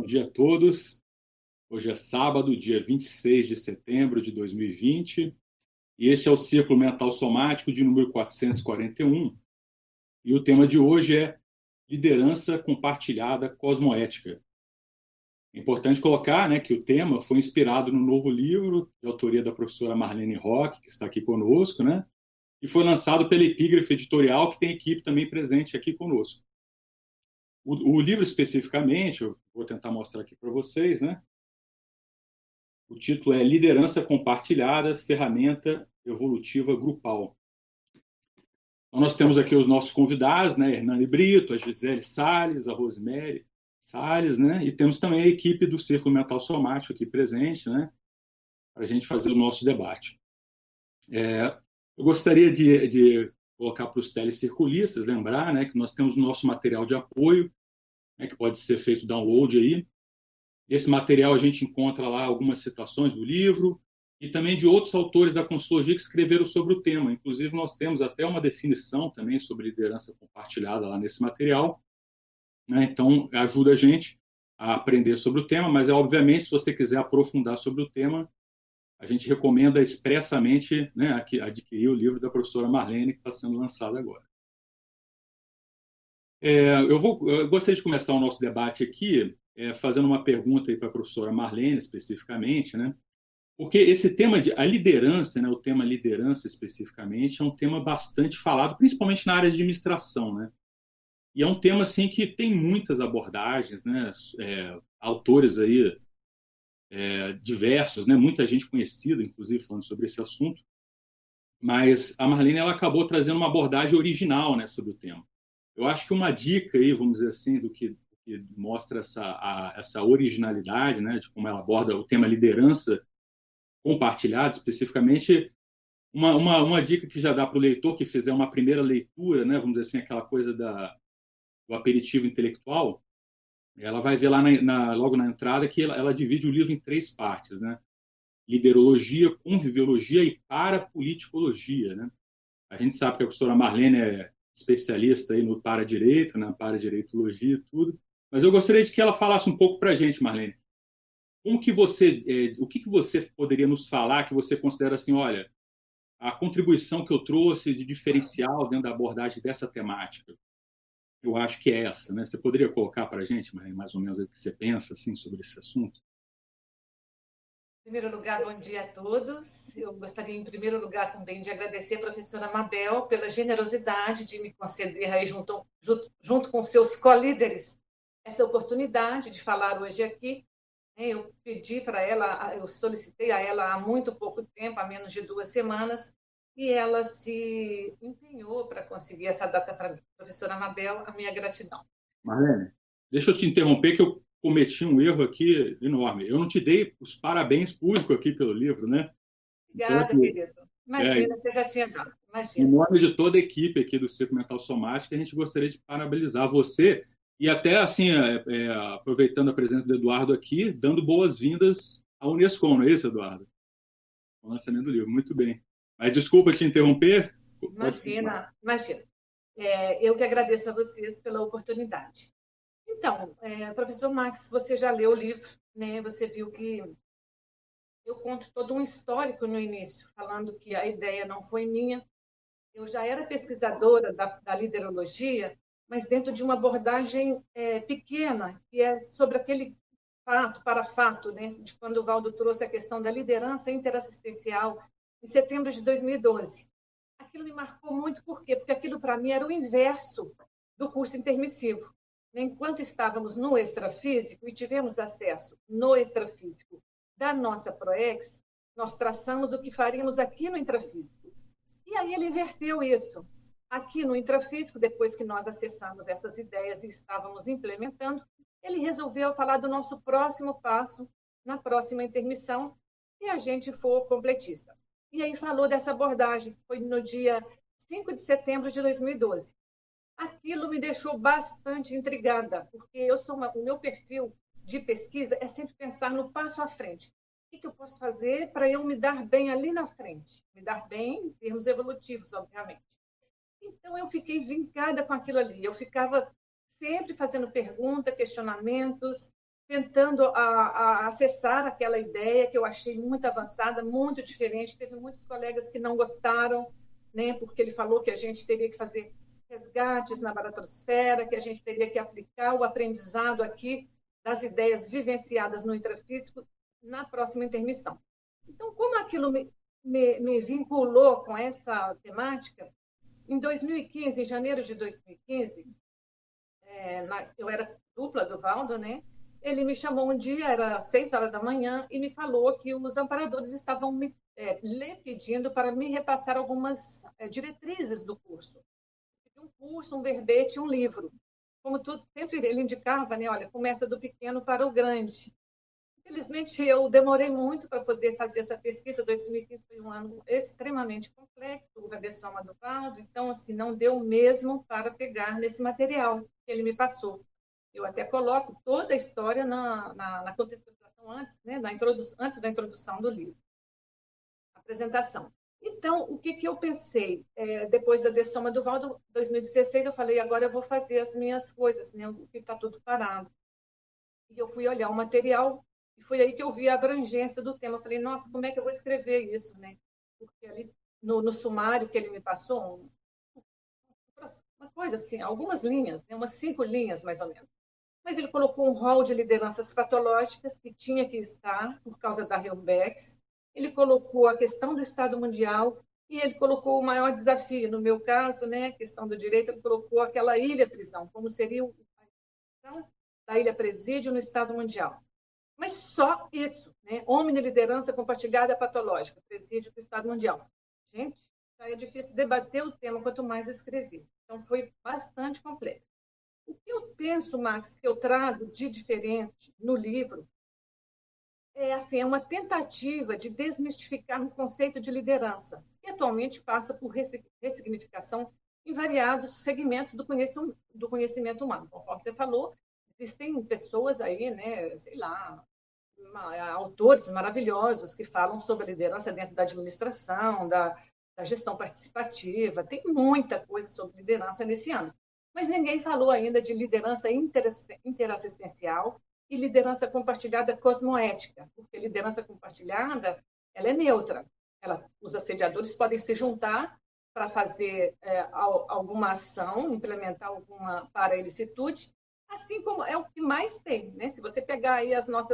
dia a todos. Hoje é sábado, dia 26 de setembro de 2020, e este é o Círculo Mental Somático de número 441. E o tema de hoje é liderança compartilhada cosmoética. É importante colocar, que o tema foi inspirado no novo livro de autoria da professora Marlene Roque, que está aqui conosco, e foi lançado pela Epígrafe Editorial, que tem equipe também presente aqui conosco. O livro especificamente, eu vou tentar mostrar aqui para vocês, O título é Liderança Compartilhada, Ferramenta Evolutiva Grupal. Então, nós temos aqui os nossos convidados, Hernani Brito, a Gisele Salles, a Rosemary Salles, e temos também a equipe do Círculo Mental Somático aqui presente, para a gente fazer o nosso debate. Eu gostaria de colocar para os telecirculistas, lembrar que nós temos o nosso material de apoio, que pode ser feito download aí. Esse material a gente encontra lá algumas citações do livro e também de outros autores da Consciologia que escreveram sobre o tema. Inclusive, nós temos até uma definição também sobre liderança compartilhada lá nesse material. Então, ajuda a gente a aprender sobre o tema, mas, obviamente, se você quiser aprofundar sobre o tema, a gente recomenda expressamente adquirir o livro da professora Marlene, que está sendo lançado agora. Eu gostaria de começar o nosso debate aqui fazendo uma pergunta para a professora Marlene, especificamente, porque esse tema a liderança, o tema liderança especificamente, é um tema bastante falado, principalmente na área de administração, E é um tema assim que tem muitas abordagens, autores aí diversos, muita gente conhecida, inclusive, falando sobre esse assunto. Mas a Marlene ela acabou trazendo uma abordagem original, sobre o tema. Eu acho que uma dica aí, vamos dizer assim, do que mostra essa originalidade, de como ela aborda o tema liderança compartilhada, especificamente, uma dica que já dá para o leitor que fizer uma primeira leitura, vamos dizer assim, aquela coisa do aperitivo intelectual, ela vai ver lá logo na entrada que ela divide o livro em 3 partes, liderologia, conviviologia e parapoliticologia, A gente sabe que a professora Marlene é especialista aí no para-direito, na para-direitologia e tudo, mas eu gostaria de que ela falasse um pouco para a gente, Marlene. O que você poderia nos falar que você considera assim, olha, a contribuição que eu trouxe de diferencial dentro da abordagem dessa temática? Eu acho que é essa, Você poderia colocar para a gente, Marlene, mais ou menos o que você pensa assim, sobre esse assunto? Em primeiro lugar, bom dia a todos. Eu gostaria, em primeiro lugar, também de agradecer a professora Mabel pela generosidade de me conceder, aí, junto com seus co-líderes, essa oportunidade de falar hoje aqui. Eu pedi para ela, eu solicitei a ela há muito pouco tempo, há menos de 2 semanas, e ela se empenhou para conseguir essa data para mim. Professora Mabel, a minha gratidão. Marlene, deixa eu te interromper que eu cometi um erro aqui enorme. Eu não te dei os parabéns públicos aqui pelo livro, Obrigada, Então, querido. Imagina, você já tinha dado. em Imagina. nome de toda a equipe aqui do Círculo Mental Somático, a gente gostaria de parabenizar você e até, assim, aproveitando a presença do Eduardo aqui, dando boas-vindas à Unesco, não é isso, Eduardo? O lançamento do livro, muito bem. Mas desculpa te interromper. Imagina. Eu que agradeço a vocês pela oportunidade. Então, professor Max, você já leu o livro, Você viu que eu conto todo um histórico no início, falando que a ideia não foi minha. Eu já era pesquisadora da liderologia, mas dentro de uma abordagem pequena, que é sobre aquele fato para fato, de quando o Valdo trouxe a questão da liderança interassistencial em setembro de 2012. Aquilo me marcou muito, por quê? Porque aquilo, para mim, era o inverso do curso intermissivo. Enquanto estávamos no extrafísico e tivemos acesso no extrafísico da nossa PROEX, nós traçamos o que faríamos aqui no intrafísico. E aí ele inverteu isso. Aqui no intrafísico, depois que nós acessamos essas ideias e estávamos implementando, ele resolveu falar do nosso próximo passo na próxima intermissão e a gente for completista. E aí falou dessa abordagem, foi no dia 5 de setembro de 2012. Aquilo me deixou bastante intrigada, porque o meu perfil de pesquisa é sempre pensar no passo à frente. O que eu posso fazer para eu me dar bem ali na frente? Me dar bem em termos evolutivos, obviamente. Então, eu fiquei vincada com aquilo ali. Eu ficava sempre fazendo perguntas, questionamentos, tentando acessar aquela ideia que eu achei muito avançada, muito diferente. Teve muitos colegas que não gostaram, né, porque ele falou que a gente teria que fazer resgates na baratosfera, que a gente teria que aplicar o aprendizado aqui das ideias vivenciadas no intrafísico na próxima intermissão. Então, como aquilo me vinculou com essa temática, em 2015, em janeiro de 2015, eu era dupla do Valdo, né? Ele me chamou um dia, era 6 horas da manhã, e me falou que os amparadores estavam lhe pedindo para me repassar algumas diretrizes do curso. Um curso, um verbete, um livro. Como tudo, sempre ele indicava, né? Olha, começa do pequeno para o grande. Infelizmente, eu demorei muito para poder fazer essa pesquisa. 2015 foi um ano extremamente complexo, houve a dessoma do Valdo, então, assim, não deu mesmo para pegar nesse material que ele me passou. Eu até coloco toda a história na contextualização antes, né, antes da introdução do livro, a apresentação. Então, o que eu pensei? Depois da dessoma do Valdo, 2016, eu falei, agora eu vou fazer as minhas coisas, né, porque está tudo parado. E eu fui olhar o material, e foi aí que eu vi a abrangência do tema. Eu falei, nossa, como é que eu vou escrever isso, né? Porque ali no sumário que ele me passou, uma coisa assim, algumas linhas, né? Umas 5 linhas mais ou menos. Mas ele colocou um rol de lideranças patológicas que tinha que estar por causa da Helmbeck. Ele colocou a questão do Estado Mundial e ele colocou o maior desafio. No meu caso, né, a questão do direito, ele colocou aquela ilha-prisão, como seria a questão da ilha-presídio no Estado Mundial. Mas só isso, né? Liderança compartilhada patológica, presídio do Estado Mundial. Gente, já é difícil debater o tema, quanto mais escrever. Então, foi bastante complexo. O que eu penso, Max, que eu trago de diferente no livro é uma tentativa de desmistificar o conceito de liderança, que atualmente passa por ressignificação em variados segmentos do conhecimento humano. Conforme você falou, existem pessoas aí, né, sei lá, autores maravilhosos que falam sobre a liderança dentro da administração, da gestão participativa. Tem muita coisa sobre liderança nesse ano. Mas ninguém falou ainda de liderança interassistencial e liderança compartilhada cosmoética, porque liderança compartilhada ela é neutra. Os assediadores podem se juntar para fazer alguma ação, implementar alguma para-ilicitude, assim como é o que mais tem, né? Se você pegar aí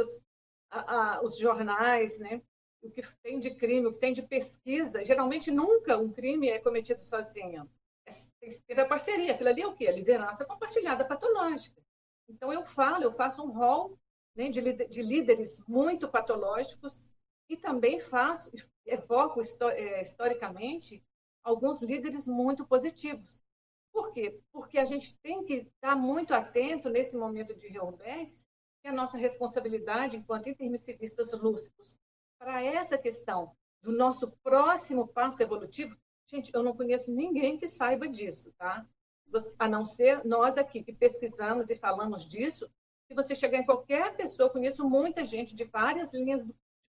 os jornais, né? O que tem de crime, o que tem de pesquisa, geralmente nunca um crime é cometido sozinho. Tem que ter a parceria. Aquilo ali é o quê? A liderança compartilhada patológica. Então, eu faço um rol, né, de líderes muito patológicos e também evoco historicamente alguns líderes muito positivos. Por quê? Porque a gente tem que estar muito atento nesse momento de Helmbeck, que é a nossa responsabilidade enquanto intermissivistas lúcidos para essa questão do nosso próximo passo evolutivo. Gente, eu não conheço ninguém que saiba disso, tá? A não ser nós aqui que pesquisamos e falamos disso. Se você chegar em qualquer pessoa, eu conheço muita gente de várias linhas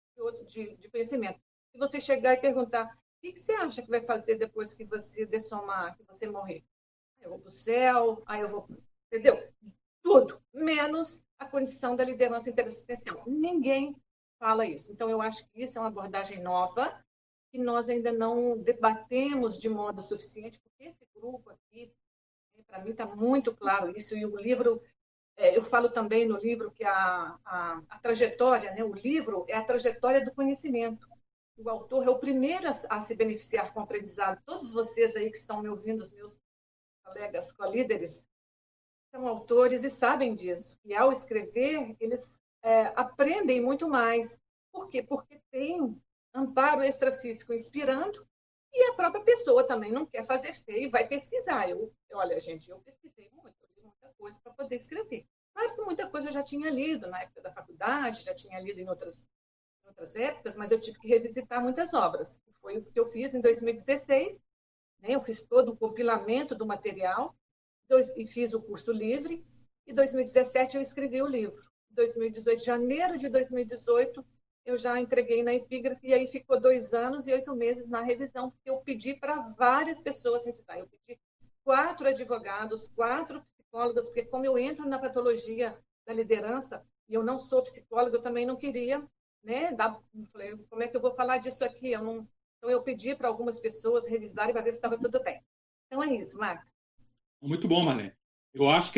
de conhecimento. Se você chegar e perguntar, o que você acha que vai fazer depois que você dessomar, que você morrer? Eu vou para o céu, aí eu vou... Entendeu? Tudo, menos a condição da liderança interassistencial. Ninguém fala isso. Então, eu acho que isso é uma abordagem nova, que nós ainda não debatemos de modo suficiente, porque esse grupo aqui, para mim, está muito claro isso, e o livro, eu falo também no livro que a trajetória, né, o livro é a trajetória do conhecimento. O autor é o primeiro a se beneficiar com o aprendizado. Todos vocês aí que estão me ouvindo, os meus colegas co-líderes, são autores e sabem disso. E ao escrever, eles aprendem muito mais. Por quê? Porque tem amparo extrafísico inspirando e a própria pessoa também não quer fazer feio e vai pesquisar. Olha, gente, eu pesquisei muito, eu li muita coisa para poder escrever. Claro que muita coisa eu já tinha lido na época da faculdade, já tinha lido em outras épocas, mas eu tive que revisitar muitas obras. Foi o que eu fiz em 2016, né? Eu fiz todo o compilamento do material e fiz o curso livre. Em 2017 eu escrevi o livro. Em 2018, janeiro de 2018, eu já entreguei na Epígrafe e aí ficou 2 anos e 8 meses na revisão, porque eu pedi para várias pessoas revisar. Eu pedi 4 advogados, 4 psicólogos, porque como eu entro na patologia da liderança, e eu não sou psicóloga, eu também não queria, né, falei, como é que eu vou falar disso aqui? Então, eu pedi para algumas pessoas revisarem para ver se estava tudo bem. Então, é isso, Max. Muito bom, Marlene. Eu acho que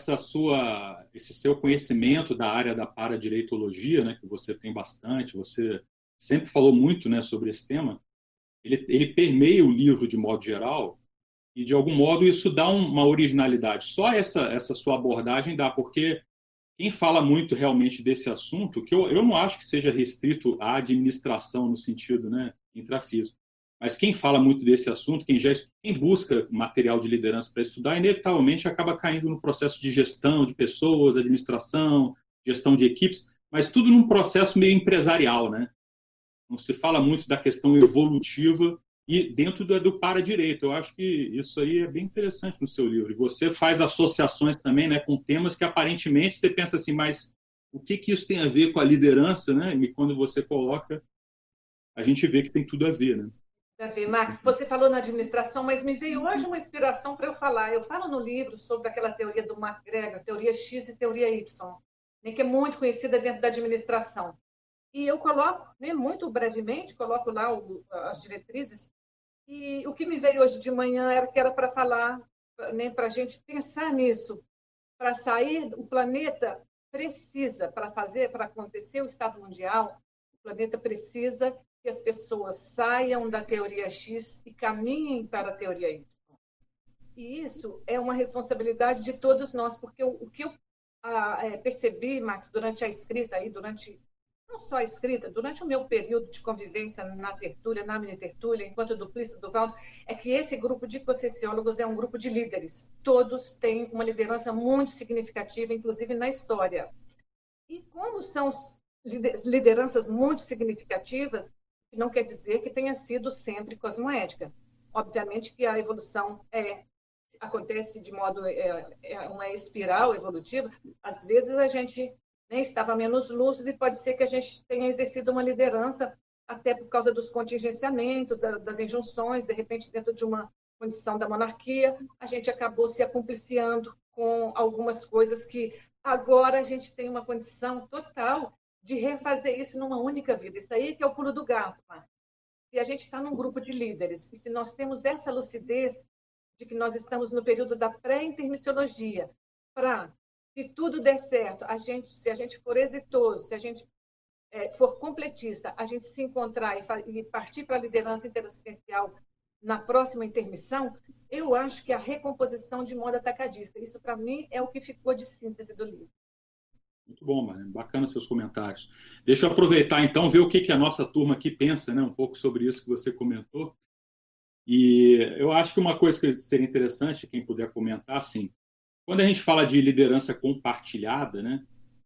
esse seu conhecimento da área da paradireitologia, né, que você tem bastante, você sempre falou muito, né, sobre esse tema, ele permeia o livro de modo geral e, de algum modo, isso dá uma originalidade. Só essa sua abordagem dá, porque quem fala muito realmente desse assunto, que eu não acho que seja restrito à administração no sentido, né, intrafísico, mas quem fala muito desse assunto, quem busca material de liderança para estudar, inevitavelmente acaba caindo no processo de gestão de pessoas, administração, gestão de equipes, mas tudo num processo meio empresarial, né? Não se fala muito da questão evolutiva e dentro do para-direito. Eu acho que isso aí é bem interessante no seu livro. E você faz associações também, né, com temas que aparentemente você pensa assim, mas o que isso tem a ver com a liderança, né? E quando você coloca, a gente vê que tem tudo a ver, né? Max, você falou na administração, mas me veio hoje uma inspiração para eu falar. Eu falo no livro sobre aquela teoria do McGregor, teoria X e teoria Y, né, que é muito conhecida dentro da administração. E eu coloco, né, muito brevemente, coloco lá as diretrizes. E o que me veio hoje de manhã era que era para falar, né, para a gente pensar nisso. Para sair, o planeta precisa, para acontecer o Estado Mundial, o planeta precisa que as pessoas saiam da teoria X e caminhem para a teoria Y. E isso é uma responsabilidade de todos nós, porque o que eu percebi, Max, durante a escrita, não só a escrita, durante o meu período de convivência na tertúlia, na mini tertúlia, enquanto duplista do Valdo, é que esse grupo de conscienciólogos é um grupo de líderes. Todos têm uma liderança muito significativa, inclusive na história. E como são lideranças muito significativas, não quer dizer que tenha sido sempre cosmoética. Obviamente que a evolução acontece de modo uma espiral evolutiva. Às vezes a gente, né, estava menos lúcido e pode ser que a gente tenha exercido uma liderança até por causa dos contingenciamentos, das injunções, de repente dentro de uma condição da monarquia, a gente acabou se acumpliciando com algumas coisas que agora a gente tem uma condição total de refazer isso numa única vida. Isso aí que é o pulo do gato, Marcos. Se a gente está num grupo de líderes e se nós temos essa lucidez de que nós estamos no período da pré-intermissiologia, para, se tudo der certo, se a gente for exitoso, se a gente for completista, a gente se encontrar e partir para a liderança interassistencial na próxima intermissão, eu acho que a recomposição de modo atacadista. Isso, para mim, é o que ficou de síntese do livro. Muito bom, Mariana. Bacana seus comentários. Deixa eu aproveitar, então, ver o que a nossa turma aqui pensa, né, um pouco sobre isso que você comentou. E eu acho que uma coisa que seria interessante, quem puder comentar, assim, quando a gente fala de liderança compartilhada, né,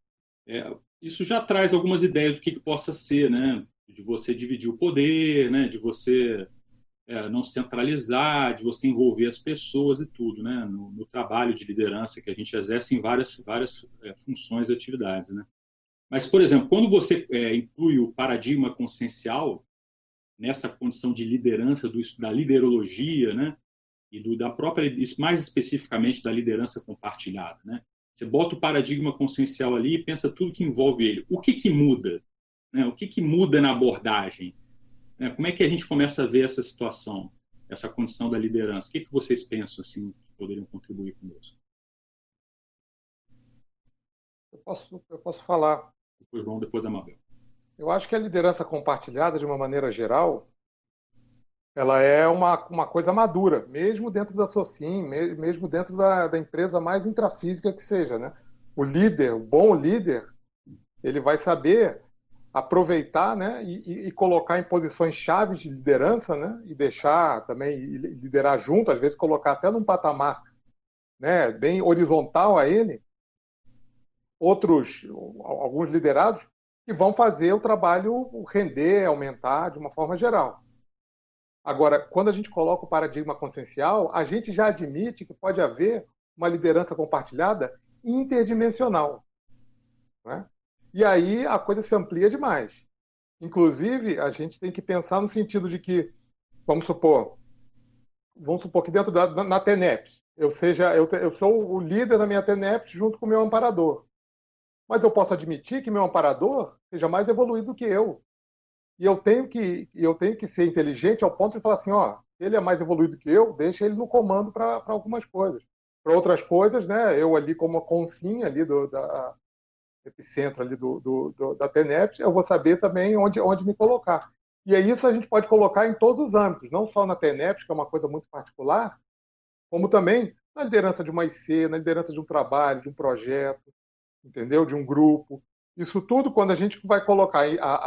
isso já traz algumas ideias do que possa ser, né, de você dividir o poder, né, de você não centralizar, de você envolver as pessoas e tudo, né, no trabalho de liderança que a gente exerce em várias funções e atividades, né. Mas, por exemplo, quando você inclui o paradigma consciencial nessa condição de liderança da liderologia, né, e da própria, mais especificamente da liderança compartilhada, né? Você bota o paradigma consciencial ali e pensa tudo que envolve ele. O que muda? Né? O que muda na abordagem? Né? Como é que a gente começa a ver essa situação, essa condição da liderança? O que vocês pensam assim que poderiam contribuir com isso? Eu posso falar. Depois João, depois a Mabel. Eu acho que a liderança compartilhada, de uma maneira geral, ela é uma coisa madura, mesmo dentro da SOCIM, mesmo dentro da empresa mais intrafísica que seja, né? O líder, o bom líder, ele vai saber aproveitar, né, e colocar em posições chaves de liderança, né, e deixar também liderar junto, às vezes colocar até num patamar, né, bem horizontal a ele, alguns liderados que vão fazer o trabalho render, aumentar de uma forma geral. Agora, quando a gente coloca o paradigma consciencial, a gente já admite que pode haver uma liderança compartilhada interdimensional, né? E aí a coisa se amplia demais. Inclusive, a gente tem que pensar no sentido de que, vamos supor que dentro na TENEPS, eu sou o líder da minha TENEPS junto com o meu amparador. Mas eu posso admitir que meu amparador seja mais evoluído do que eu. E eu tenho que ser inteligente ao ponto de falar assim, ó, ele é mais evoluído que eu, deixa ele no comando para algumas coisas. Para outras coisas, né, eu ali como consinha ali da epicentro ali da TENEPS, eu vou saber também onde me colocar. E aí isso a gente pode colocar em todos os âmbitos, não só na TENEPS, que é uma coisa muito particular, como também na liderança de uma IC, na liderança de um trabalho, de um projeto, entendeu? De um grupo. Isso tudo, quando a gente vai colocar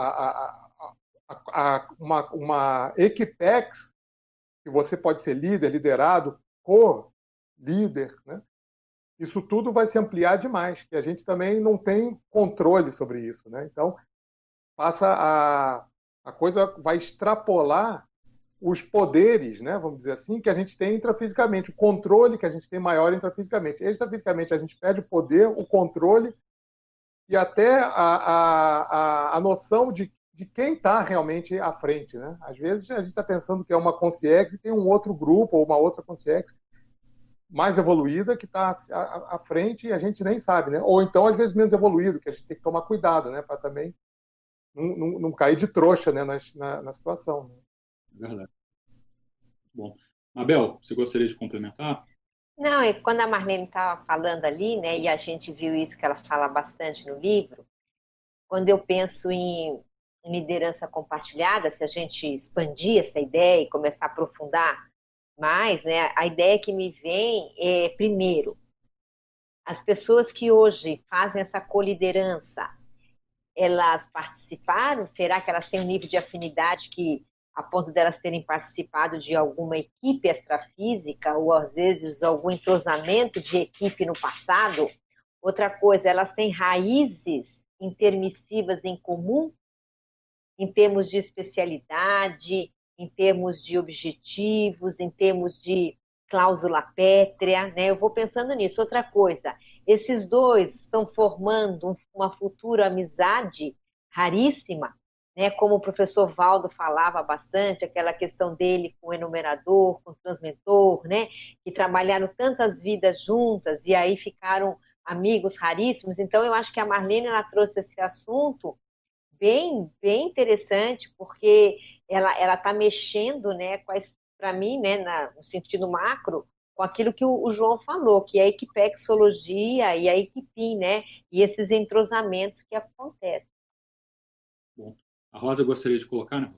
uma equipex, que você pode ser líder, liderado, co-líder, né? Isso tudo vai se ampliar demais, que a gente também não tem controle sobre isso, né? Então, a coisa vai extrapolar os poderes, né, vamos dizer assim, que a gente tem intrafisicamente, o controle que a gente tem maior intrafisicamente. Extrafisicamente, a gente perde o poder, o controle e até a noção de quem está realmente à frente. Né? Às vezes a gente está pensando que é uma consciex e tem um outro grupo ou uma outra consciex mais evoluída que está à frente e a gente nem sabe. Né? Ou então, às vezes, menos evoluído, que a gente tem que tomar cuidado, né, para também não cair de trouxa, né, na situação. Né? Verdade. Bom. Mabel, você gostaria de complementar? Não, e quando a Marlene estava falando ali, né, e a gente viu isso que ela fala bastante no livro, quando eu penso em liderança compartilhada, se a gente expandir essa ideia e começar a aprofundar mais, né, a ideia que me vem é, primeiro, as pessoas que hoje fazem essa coliderança, elas participaram? Será que elas têm um nível de afinidade que, a ponto delas terem participado de alguma equipe extrafísica ou, às vezes, algum entrosamento de equipe no passado? Outra coisa, elas têm raízes intermissivas em comum, em termos de especialidade, em termos de objetivos, em termos de cláusula pétrea, né? Eu vou pensando nisso. Outra coisa, esses dois estão formando uma futura amizade raríssima, né? Como o professor Valdo falava bastante, aquela questão dele com o enumerador, com o transmentor, né? Que trabalharam tantas vidas juntas e aí ficaram amigos raríssimos. Então, eu acho que a Marlene ela trouxe esse assunto bem, bem interessante, porque ela está mexendo, né, para mim, né, no sentido macro, com aquilo que o João falou, que é a equipexologia e a equipim, né, e esses entrosamentos que acontecem. Bom, a Rosa gostaria de colocar, né?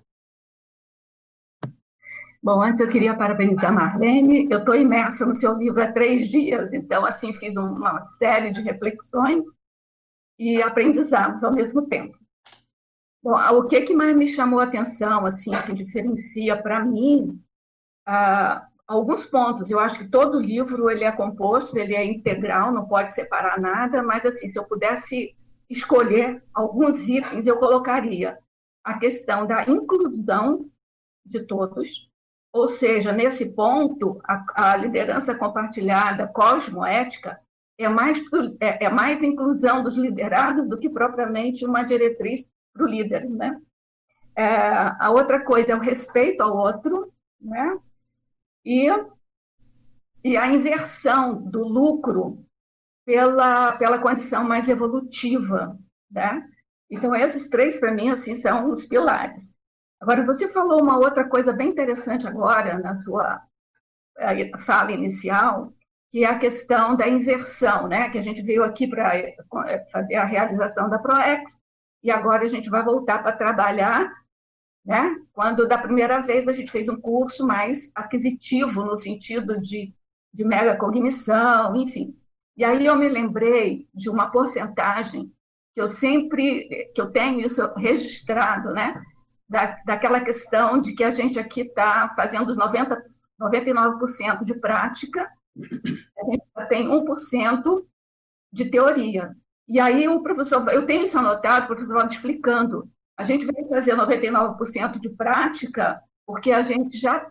Bom, antes eu queria parabenizar a Marlene. Eu estou imersa no seu livro há 3 dias, então, assim, fiz uma série de reflexões e aprendizados ao mesmo tempo. Bom, o que mais me chamou a atenção, assim, que diferencia para mim alguns pontos. Eu acho que todo livro ele é composto, ele é integral, não pode separar nada, mas, assim, se eu pudesse escolher alguns itens, eu colocaria a questão da inclusão de todos, ou seja, nesse ponto, a liderança compartilhada cosmoética é mais inclusão dos liderados do que propriamente uma diretriz para o líder, né? A outra coisa é o respeito ao outro, né? E a inversão do lucro pela condição mais evolutiva, né? Então, esses 3, para mim, assim, são os pilares. Agora, você falou uma outra coisa bem interessante agora, na sua fala inicial, que é a questão da inversão, né? Que a gente veio aqui para fazer a realização da ProEx, e agora a gente vai voltar para trabalhar, né? Quando da primeira vez a gente fez um curso mais aquisitivo, no sentido de megacognição, enfim. E aí eu me lembrei de uma porcentagem que eu tenho isso registrado, né? Daquela questão de que a gente aqui está fazendo os 99% de prática, a gente tem 1% de teoria. E aí o professor, eu tenho isso anotado, o professor vai explicando, a gente vai fazer 99% de prática porque a gente já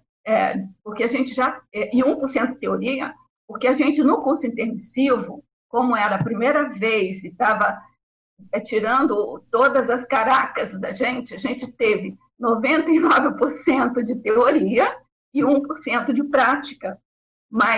e 1% de teoria, porque a gente no curso intermissivo, como era a primeira vez e estava tirando todas as caracas da gente, a gente teve 99% de teoria e 1% de prática. Mas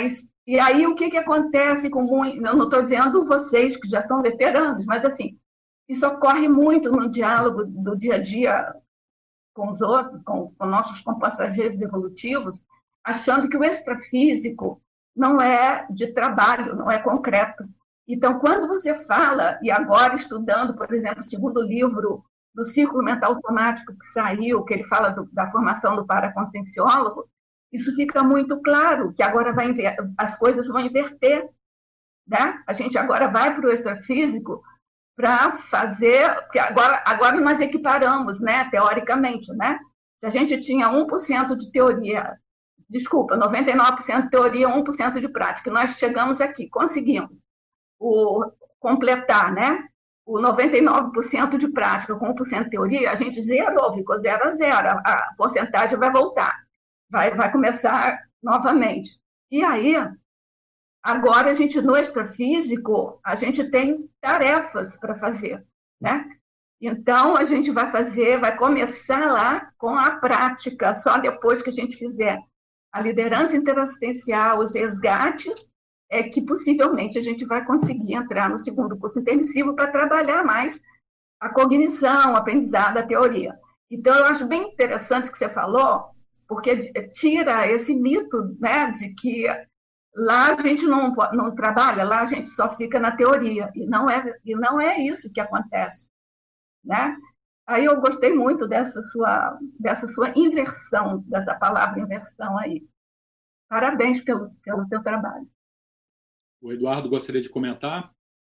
E aí, o que acontece com muito... Eu não estou dizendo vocês que já são veteranos, mas, assim, isso ocorre muito no diálogo do dia a dia com os outros, com nossos compassageiros evolutivos, achando que o extrafísico não é de trabalho, não é concreto. Então, quando você fala, e agora estudando, por exemplo, o segundo livro do Círculo Mental Automático que saiu, que ele fala da formação do paraconscienciólogo, isso fica muito claro, que agora as coisas vão inverter. Né? A gente agora vai para o extrafísico para fazer, porque agora nós equiparamos, né, teoricamente, né? Se a gente tinha 1% de teoria, desculpa, 99% de teoria, 1% de prática, nós chegamos aqui, conseguimos completar, né? O 99% de prática com 1% de teoria, a gente zerou, ficou 0 a 0, a porcentagem vai voltar, vai começar novamente. E aí, agora, a gente, no extrafísico, a gente tem tarefas para fazer, né? Então, a gente vai começar lá com a prática, só depois que a gente fizer a liderança interassistencial, os resgates, é que possivelmente a gente vai conseguir entrar no segundo curso intermissivo para trabalhar mais a cognição, o aprendizado, a teoria. Então, eu acho bem interessante o que você falou, porque tira esse mito, né, de que lá a gente não trabalha, lá a gente só fica na teoria, e não é isso que acontece, né? Aí eu gostei muito dessa sua inversão, dessa palavra inversão aí. Parabéns pelo teu trabalho. O Eduardo gostaria de comentar?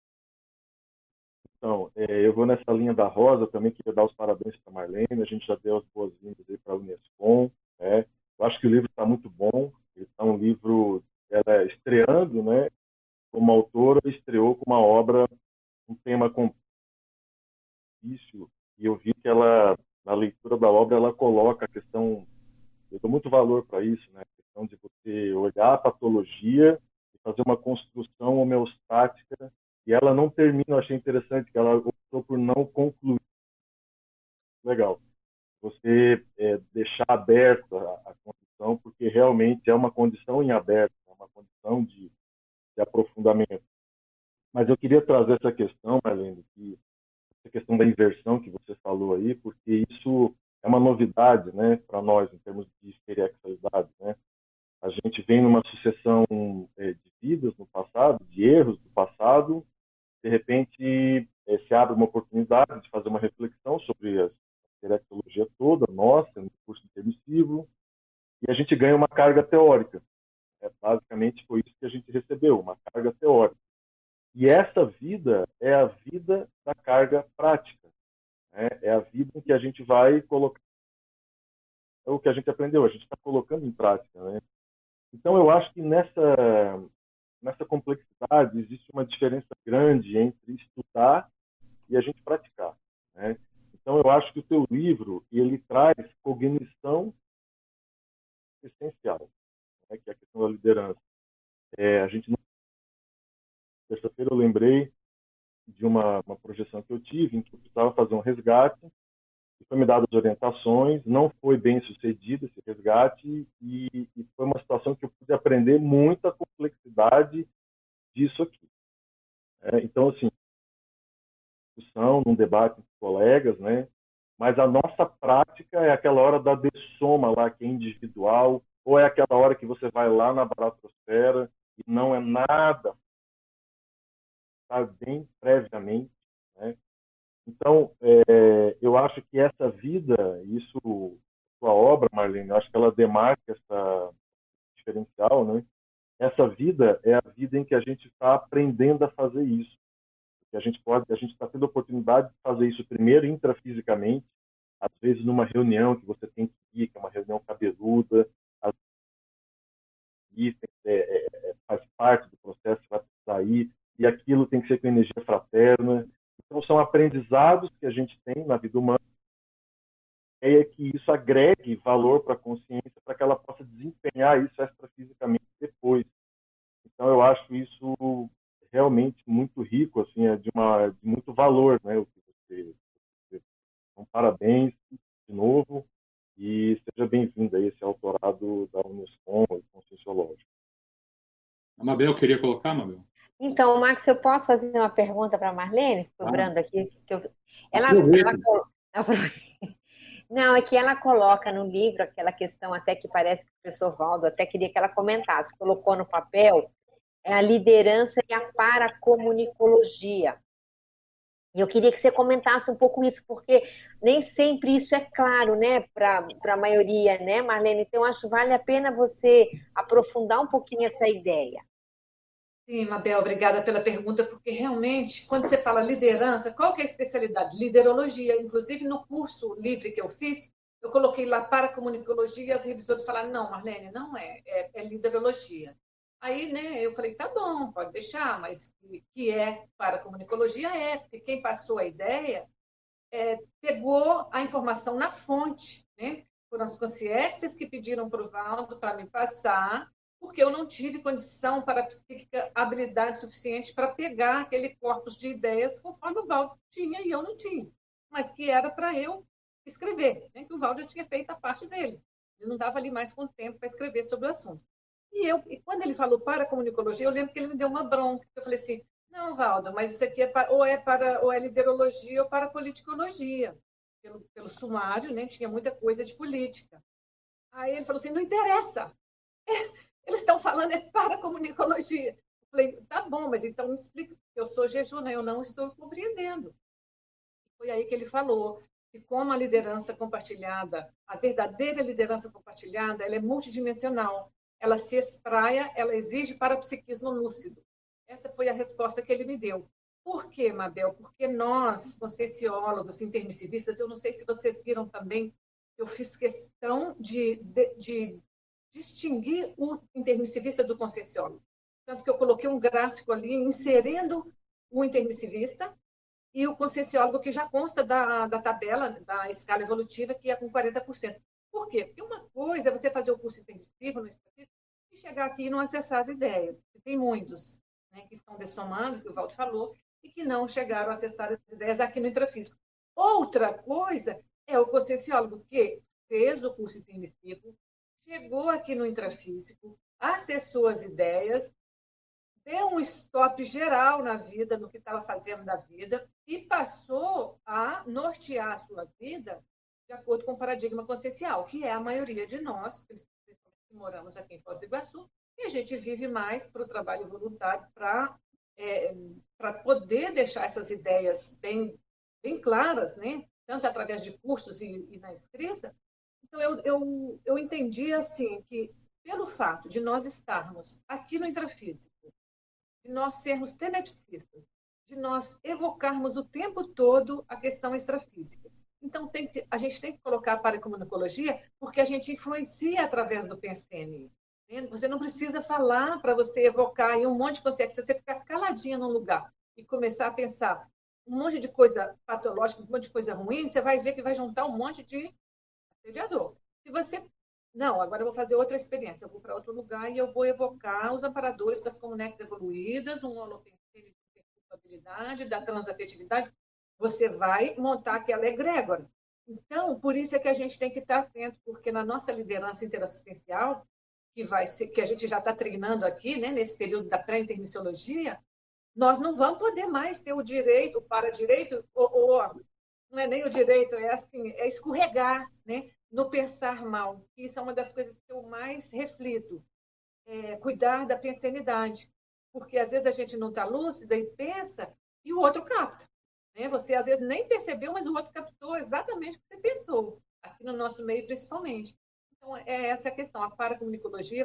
Então, eu vou nessa linha da Rosa, também queria dar os parabéns para a Marlene, a gente já deu as boas-vindas aí para a Unescom, né? Eu acho que o livro está muito bom, ele está um livro, ela estreando, né? Como autora, estreou com uma obra, um tema difícil, e eu vi que ela, na leitura da obra, ela coloca a questão, eu dou muito valor para isso, né? A questão de você olhar a patologia e fazer uma construção homeostática, e ela não termina, eu achei interessante que ela optou por não concluir. Legal. Você deixar aberta a condição, porque realmente é uma condição em aberto, é uma condição de aprofundamento. Mas eu queria trazer essa questão, Marlene, essa questão da inversão que você falou aí, porque isso é uma novidade, né, para nós, em termos de estereotipicidade, né? A gente vem numa sucessão de vidas no passado, de erros do passado, de repente se abre uma oportunidade de fazer uma reflexão sobre a estereotipologia toda, nossa, no curso intermissivo, e a gente ganha uma carga teórica. Basicamente foi isso que a gente recebeu, uma carga teórica. E essa vida é a vida da carga prática. Né? É a vida em que a gente vai colocar o que a gente aprendeu, a gente está colocando em prática. Né? Então, eu acho que nessa complexidade existe uma diferença grande entre estudar e a gente praticar. Né? Então, eu acho que o teu livro ele traz cognição essencial, né? Que é a questão da liderança. A gente terça-feira eu lembrei de uma projeção que eu tive em que eu precisava fazer um resgate e foi me dado as orientações, não foi bem sucedido esse resgate e foi uma situação que eu pude aprender muita complexidade disso aqui. Então, assim, discussão, num debate com colegas, né? Mas a nossa prática é aquela hora da dessoma lá, que é individual, ou é aquela hora que você vai lá na baratosfera e não é nada, está bem previamente, né? Então, eu acho que essa vida, isso, sua obra, Marlene, eu acho que ela demarca essa diferencial, né? Essa vida é a vida em que a gente está aprendendo a fazer isso. Que a gente está tendo a oportunidade de fazer isso primeiro intrafisicamente, às vezes numa reunião que você tem que ir, que é uma reunião cabeluda, às vezes faz parte do processo, vai precisar ir, e aquilo tem que ser com energia fraterna. Então, são aprendizados que a gente tem na vida humana, é que isso agregue valor para a consciência, para que ela possa desempenhar isso extrafisicamente depois. Então, eu acho isso realmente muito rico, assim, de muito valor, né? O que você. Então, parabéns de novo e seja bem-vindo a esse autorado da Unescom e Conscienciológico. A Mabel queria colocar, Mabel? Então, Max, eu posso fazer uma pergunta para a Marlene? Cobrando aqui. Ela, Aproveita. não, é que ela coloca no livro aquela questão até que parece que o professor Valdo até queria que ela comentasse. Colocou no papel a liderança e a paracomunicologia. E eu queria que você comentasse um pouco isso, porque nem sempre isso é claro, né, para a maioria, né, Marlene? Então, acho que vale a pena você aprofundar um pouquinho essa ideia. Sim, Mabel, obrigada pela pergunta, porque realmente, quando você fala liderança, qual que é a especialidade? Liderologia. Inclusive, no curso livre que eu fiz, eu coloquei lá para comunicologia e as revisoras falaram, não, Marlene, não é liderologia. Aí, né, eu falei, tá bom, pode deixar, mas que é para comunicologia porque quem passou a ideia pegou a informação na fonte, né? Foram as consciências que pediram para o Valdo para me passar, porque eu não tive condição parapsíquica, habilidade suficiente para pegar aquele corpus de ideias conforme o Valdo tinha e eu não tinha, mas que era para eu escrever, né? Que o Valdo já tinha feito a parte dele. Ele não estava ali mais com tempo para escrever sobre o assunto. E quando ele falou para comunicologia, eu lembro que ele me deu uma bronca. Eu falei assim, não, Valdo, mas isso aqui ou é liderologia ou para politicologia. Pelo sumário, né, tinha muita coisa de política. Aí ele falou assim, não interessa. Eles estão falando para comunicologia. Eu falei, tá bom, mas então me explica, eu sou Jeju, né? Eu não estou compreendendo. Foi aí que ele falou que como a liderança compartilhada, a verdadeira liderança compartilhada, ela é multidimensional. Ela se espraia, ela exige parapsiquismo lúcido. Essa foi a resposta que ele me deu. Por quê, Mabel? Porque nós, conscienciólogos, intermissivistas, eu não sei se vocês viram também, eu fiz questão de distinguir o intermissivista do conscienciólogo. Tanto que eu coloquei um gráfico ali, inserindo o intermissivista e o conscienciólogo, que já consta da tabela, da escala evolutiva, que é com 40%. Por quê? Porque uma coisa é você fazer o curso intermissivo no estatístico e chegar aqui e não acessar as ideias. Tem muitos, né, que estão dessomando, que o Valdo falou, e que não chegaram a acessar as ideias aqui no intrafísico. Outra coisa é o conscienciólogo que fez o curso intermissivo, chegou aqui no intrafísico, acessou as ideias, deu um stop geral na vida, no que estava fazendo da vida, e passou a nortear a sua vida de acordo com o paradigma consciencial, que é a maioria de nós, principalmente que moramos aqui em Foz do Iguaçu, e a gente vive mais para o trabalho voluntário, para poder deixar essas ideias bem claras, né? Tanto através de cursos e na escrita. Então, eu entendi assim, que pelo fato de nós estarmos aqui no intrafísico, de nós sermos tenepsistas, de nós evocarmos o tempo todo a questão extrafísica. Então, a gente tem que colocar a paracomunicologia, porque a gente influencia através do PSN. Você não precisa falar para você evocar aí um monte de consciência. Se você ficar caladinha num lugar e começar a pensar um monte de coisa patológica, um monte de coisa ruim, você vai ver que vai juntar um monte de assediador. Se você... Não, agora eu vou fazer outra experiência. Eu vou para outro lugar e eu vou evocar os amparadores das comunidades evoluídas, um holopensene de culpabilidade, da transafetividade. Você vai montar aquela egrégora. Então, por isso é que a gente tem que estar atento, porque na nossa liderança interassistencial, que a gente já está treinando aqui, né, nesse período da pré-intermissiologia, nós não vamos poder mais ter o direito, o para-direito, não é nem o direito, é assim, é escorregar, né, no pensar mal. Isso é uma das coisas que eu mais reflito. Cuidar da pensanidade. Porque às vezes a gente não está lúcida e pensa, e o outro capta. Né? Você às vezes nem percebeu, mas o outro captou exatamente o que você pensou, aqui no nosso meio principalmente. Então, essa a questão. A paracomunicologia,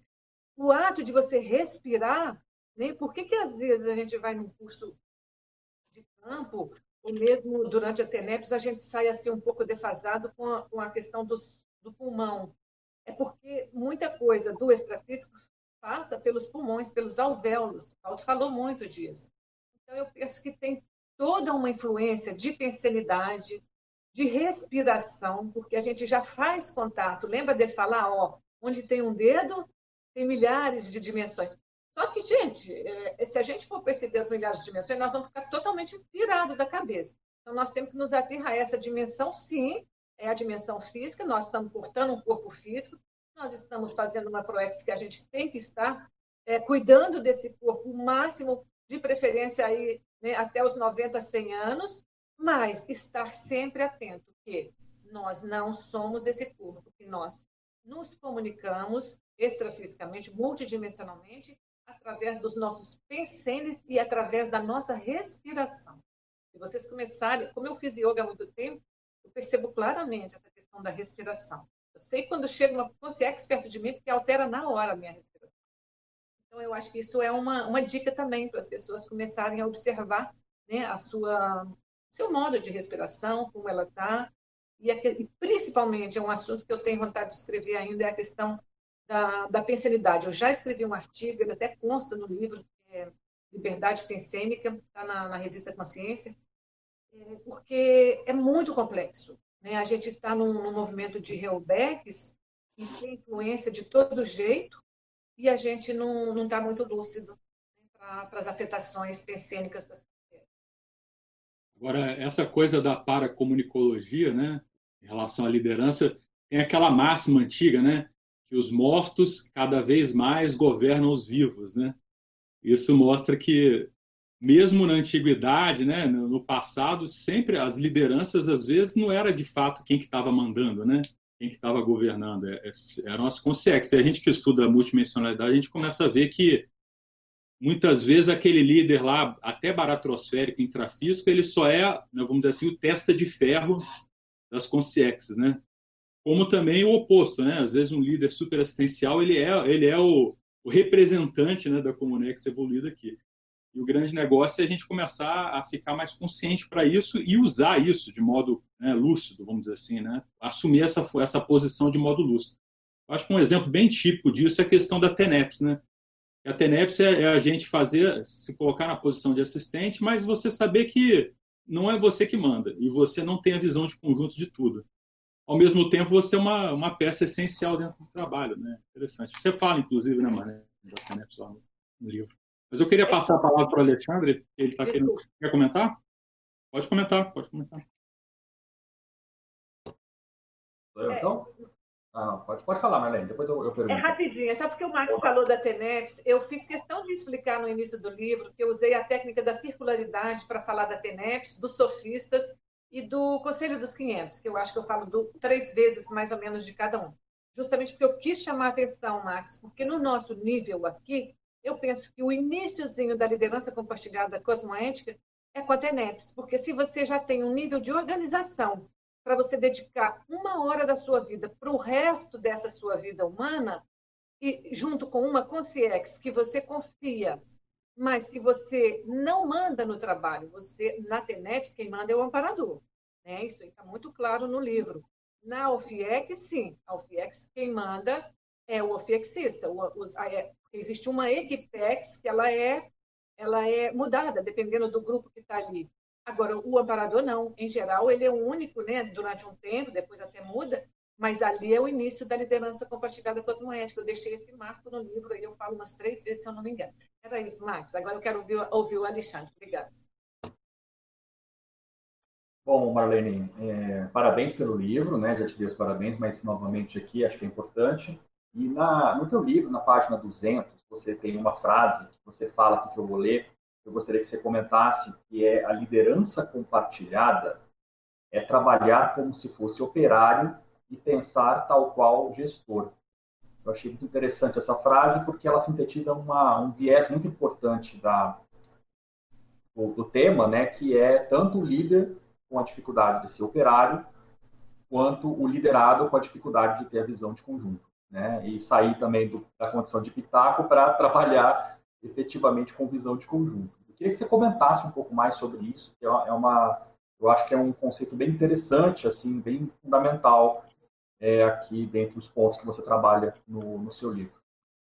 o ato de você respirar, né? Por que às vezes a gente vai num curso de campo, ou mesmo durante a TENEPS, a gente sai assim um pouco defasado com a questão do pulmão? É porque muita coisa do extrafísico passa pelos pulmões, pelos alvéolos. O Paulo falou muito disso. Então, eu penso que tem toda uma influência de pensanidade, de respiração, porque a gente já faz contato. Lembra dele falar, onde tem um dedo, tem milhares de dimensões. Só que, gente, se a gente for perceber as milhares de dimensões, nós vamos ficar totalmente virados da cabeça. Então, nós temos que nos ater a essa dimensão, sim, é a dimensão física, nós estamos cortando um corpo físico, nós estamos fazendo uma proex que a gente tem que estar cuidando desse corpo o máximo, de preferência aí, né, até os 90, 100 anos, mas estar sempre atento que nós não somos esse corpo, que nós nos comunicamos extrafisicamente, multidimensionalmente, através dos nossos pensenes e através da nossa respiração. Se vocês começarem, como eu fiz yoga há muito tempo, eu percebo claramente essa questão da respiração. Eu sei quando chega uma consciência perto de mim, porque altera na hora a minha respiração. Então, eu acho que isso é uma dica também para as pessoas começarem a observar, né, seu modo de respiração, como ela está. E principalmente, é um assunto que eu tenho vontade de escrever ainda, é a questão da pensenidade. Eu já escrevi um artigo, ele até consta no livro, que é Liberdade Pensênica, está na revista Consciência, porque é muito complexo, né? A gente está num movimento de Helbecks, que tem influência de todo jeito, e a gente não está muito lúcido, né, para as afetações pensênicas das pessoas. Agora, essa coisa da paracomunicologia, né, em relação à liderança, tem aquela máxima antiga, né, que os mortos cada vez mais governam os vivos, né? Isso mostra que, mesmo na antiguidade, né, no passado, sempre as lideranças, às vezes, não era de fato quem que estava mandando, né? Quem que estava governando. Eram as consciências. E a gente que estuda a multidimensionalidade, a gente começa a ver que, muitas vezes, aquele líder lá, até baratrosférico, intrafísico, ele só é, né, vamos dizer assim, o testa de ferro das consciências, né? Como também o oposto, né? Às vezes um líder superassistencial, ele é o representante, né, da Comunex evoluída aqui. E o grande negócio é a gente começar a ficar mais consciente para isso e usar isso de modo, né, lúcido, vamos dizer assim, né? Assumir essa posição de modo lúcido. Eu acho que um exemplo bem típico disso é a questão da TENEPS, né? A TENEPS é a gente se colocar na posição de assistente, mas você saber que não é você que manda e você não tem a visão de conjunto de tudo. Ao mesmo tempo, você é uma peça essencial dentro do trabalho, né? Interessante. Você fala, inclusive, né, Mané, da TENEPS lá no livro. Mas eu queria passar a palavra para o Alexandre, ele está querendo... Quer comentar? Pode comentar, pode comentar. Então? Pode falar, Marlene, depois eu pergunto. É rapidinho, é só porque o Marcos falou da TENEPS, eu fiz questão de explicar no início do livro que eu usei a técnica da circularidade para falar da TENEPS, dos sofistas e do Conselho dos 500, que eu acho que eu falo 3 vezes mais ou menos de cada um. Justamente porque eu quis chamar a atenção, Max, porque no nosso nível aqui, eu penso que o iniciozinho da liderança compartilhada cosmoética é com a TENEPS, porque se você já tem um nível de organização para você dedicar 1 hora da sua vida para o resto dessa sua vida humana, e junto com uma consciência que você confia, mas que você não manda no trabalho, na TENEPS, quem manda é o amparador. Né? Isso está muito claro no livro. Na OFIEX, sim. A OFIEX, quem manda é o ofiexista. Existe uma equipex que ela é mudada, dependendo do grupo que está ali. Agora, o amparador não. Em geral, ele é o único, né, durante um tempo, depois até muda, mas ali é o início da liderança compartilhada cosmoética. Eu deixei esse marco no livro, aí eu falo umas 3 vezes, se eu não me engano. Era isso, Max. Agora eu quero ouvir o Alexandre. Obrigada. Bom, Marlene, parabéns pelo livro, né? Já te dei os parabéns, mas novamente aqui, acho que é importante. E no teu livro, na página 200, você tem uma frase que você fala aqui que eu vou ler, eu gostaria que você comentasse, que é: a liderança compartilhada é trabalhar como se fosse operário e pensar tal qual gestor. Eu achei muito interessante essa frase porque ela sintetiza um viés muito importante do tema, né, que é tanto o líder com a dificuldade de ser operário, quanto o liderado com a dificuldade de ter a visão de conjunto, né, e sair também da condição de pitaco para trabalhar efetivamente com visão de conjunto. Eu queria que você comentasse um pouco mais sobre isso, que eu acho que é um conceito bem interessante, assim, bem fundamental aqui dentre os pontos que você trabalha no seu livro.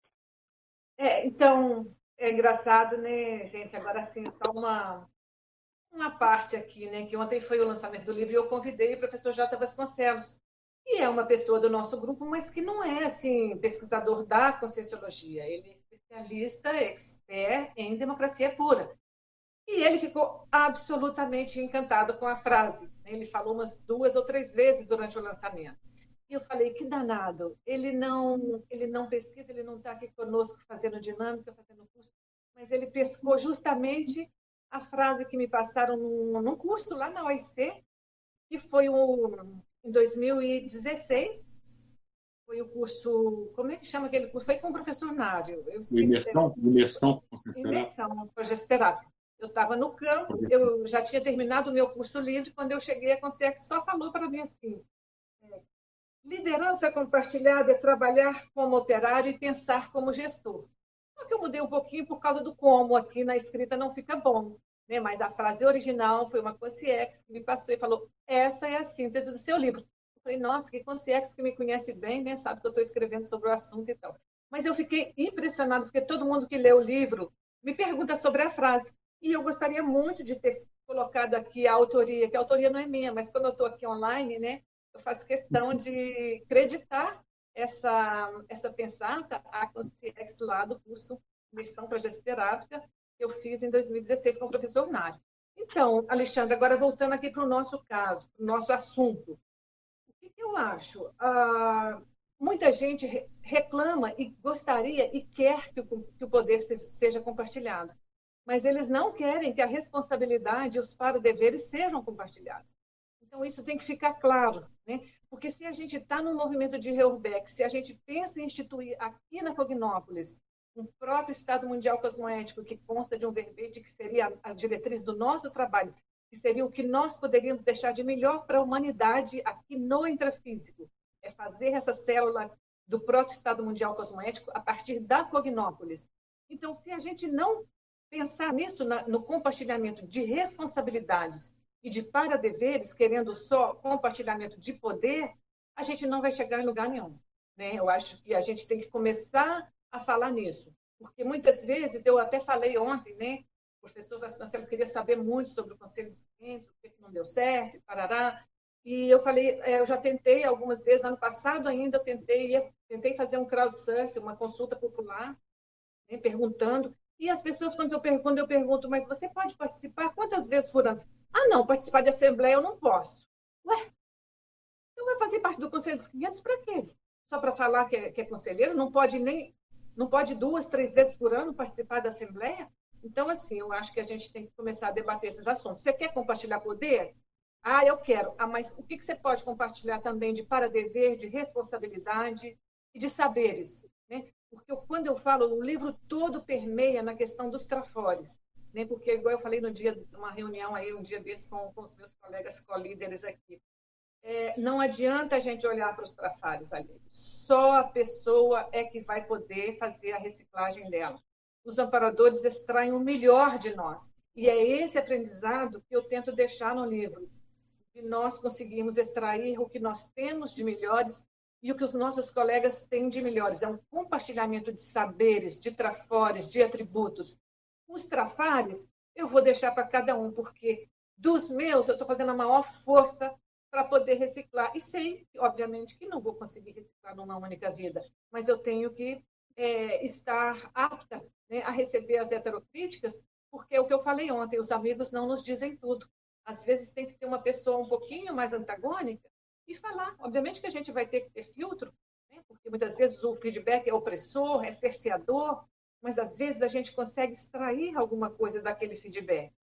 Então, é engraçado, né, gente? Agora, assim, só uma parte aqui, né, que ontem foi o lançamento do livro e eu convidei o professor J. Vasconcelos, que é uma pessoa do nosso grupo, mas que não é, assim, pesquisador da Conscienciologia. Ele é especialista, expert em democracia pura. E ele ficou absolutamente encantado com a frase. Ele falou umas 2 ou 3 vezes durante o lançamento. E eu falei, que danado, ele não pesquisa, ele não está aqui conosco fazendo dinâmica, fazendo curso, mas ele pescou justamente a frase que me passaram num curso lá na OIC, que foi em 2016, foi o curso, como é que chama aquele curso? Foi com o professor Nário. Imersão progesterapia. Eu estava no campo, eu já tinha terminado o meu curso livre, quando eu cheguei, a Concierge só falou para mim assim, liderança compartilhada é trabalhar como operário e pensar como gestor. Só que eu mudei um pouquinho por causa do como, aqui na escrita não fica bom, né? Mas a frase original foi uma concierge que me passou e falou, essa é a síntese do seu livro. Eu falei, nossa, que concierge que me conhece bem, né? Sabe que eu estou escrevendo sobre o assunto e tal. Mas eu fiquei impressionada, porque todo mundo que lê o livro me pergunta sobre a frase. E eu gostaria muito de ter colocado aqui a autoria, que a autoria não é minha, mas quando eu estou aqui online, né? Eu faço questão de acreditar essa pensata, a concierge lá do curso Imersão Progesterapia, que eu fiz em 2016 com o professor Nário. Então, Alexandre, agora voltando aqui para o nosso caso, para o nosso assunto. O que eu acho? Muita gente reclama e gostaria e quer que o poder seja compartilhado, mas eles não querem que a responsabilidade e os para-deveres sejam compartilhados. Então, isso tem que ficar claro, né? Porque se a gente está no movimento de Reurbeck, se a gente pensa em instituir aqui na Cognópolis um próprio Estado Mundial Cosmoético que consta de um verbete que seria a diretriz do nosso trabalho, que seria o que nós poderíamos deixar de melhor para a humanidade aqui no intrafísico, é fazer essa célula do próprio Estado Mundial Cosmoético a partir da Cognópolis. Então, se a gente não pensar nisso, no compartilhamento de responsabilidades e de para-deveres, querendo só compartilhamento de poder, a gente não vai chegar em lugar nenhum, né? Eu acho que a gente tem que começar a falar nisso, porque muitas vezes, eu até falei ontem, né? O professor Vasconcelos queria saber muito sobre o Conselho de Ciência, o que não deu certo, parará. E eu falei, eu já tentei algumas vezes, ano passado ainda, eu tentei fazer um crowdsourcing, uma consulta popular, né, perguntando. E as pessoas, quando eu pergunto, mas você pode participar quantas vezes por ano? Ah, não, participar de assembleia eu não posso. Ué, então vai fazer parte do Conselho dos 500 para quê? Só para falar que é conselheiro? Não pode 2, 3 vezes por ano participar da assembleia? Então, assim, eu acho que a gente tem que começar a debater esses assuntos. Você quer compartilhar poder? Ah, eu quero. Ah, mas o que você pode compartilhar também de para-dever, de responsabilidade e de saberes? Né? Porque quando eu falo, o livro todo permeia na questão dos trafores. Né? Porque, igual eu falei no dia de uma reunião aí, um dia desse com os meus colegas co-líderes aqui, não adianta a gente olhar para os trafares ali. Só a pessoa é que vai poder fazer a reciclagem dela. Os amparadores extraem o melhor de nós. E é esse aprendizado que eu tento deixar no livro. Que nós conseguimos extrair o que nós temos de melhores e o que os nossos colegas têm de melhores. É um compartilhamento de saberes, de trafores, de atributos. Os trafares eu vou deixar para cada um, porque dos meus eu estou fazendo a maior força para poder reciclar. E sei, obviamente, que não vou conseguir reciclar numa única vida, mas eu tenho que estar apta, né, a receber as heterocríticas, porque é o que eu falei ontem, os amigos não nos dizem tudo. Às vezes tem que ter uma pessoa um pouquinho mais antagônica e falar. Obviamente que a gente vai ter que ter filtro, né, porque muitas vezes o feedback é opressor, é cerceador, mas às vezes a gente consegue extrair alguma coisa daquele feedback.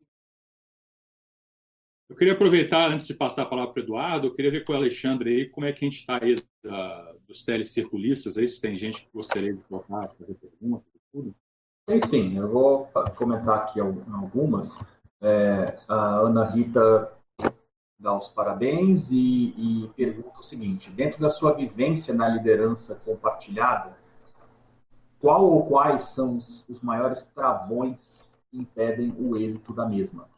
Eu queria aproveitar, antes de passar a palavra para o Eduardo, eu queria ver com o Alexandre aí como é que a gente está aí dos telecirculistas, aí se tem gente que gostaria de colocar, fazer perguntas e tudo. Sim, eu vou comentar aqui algumas. A Ana Rita dá os parabéns e pergunta o seguinte: dentro da sua vivência na liderança compartilhada, qual ou quais são os maiores travões que impedem o êxito da mesma?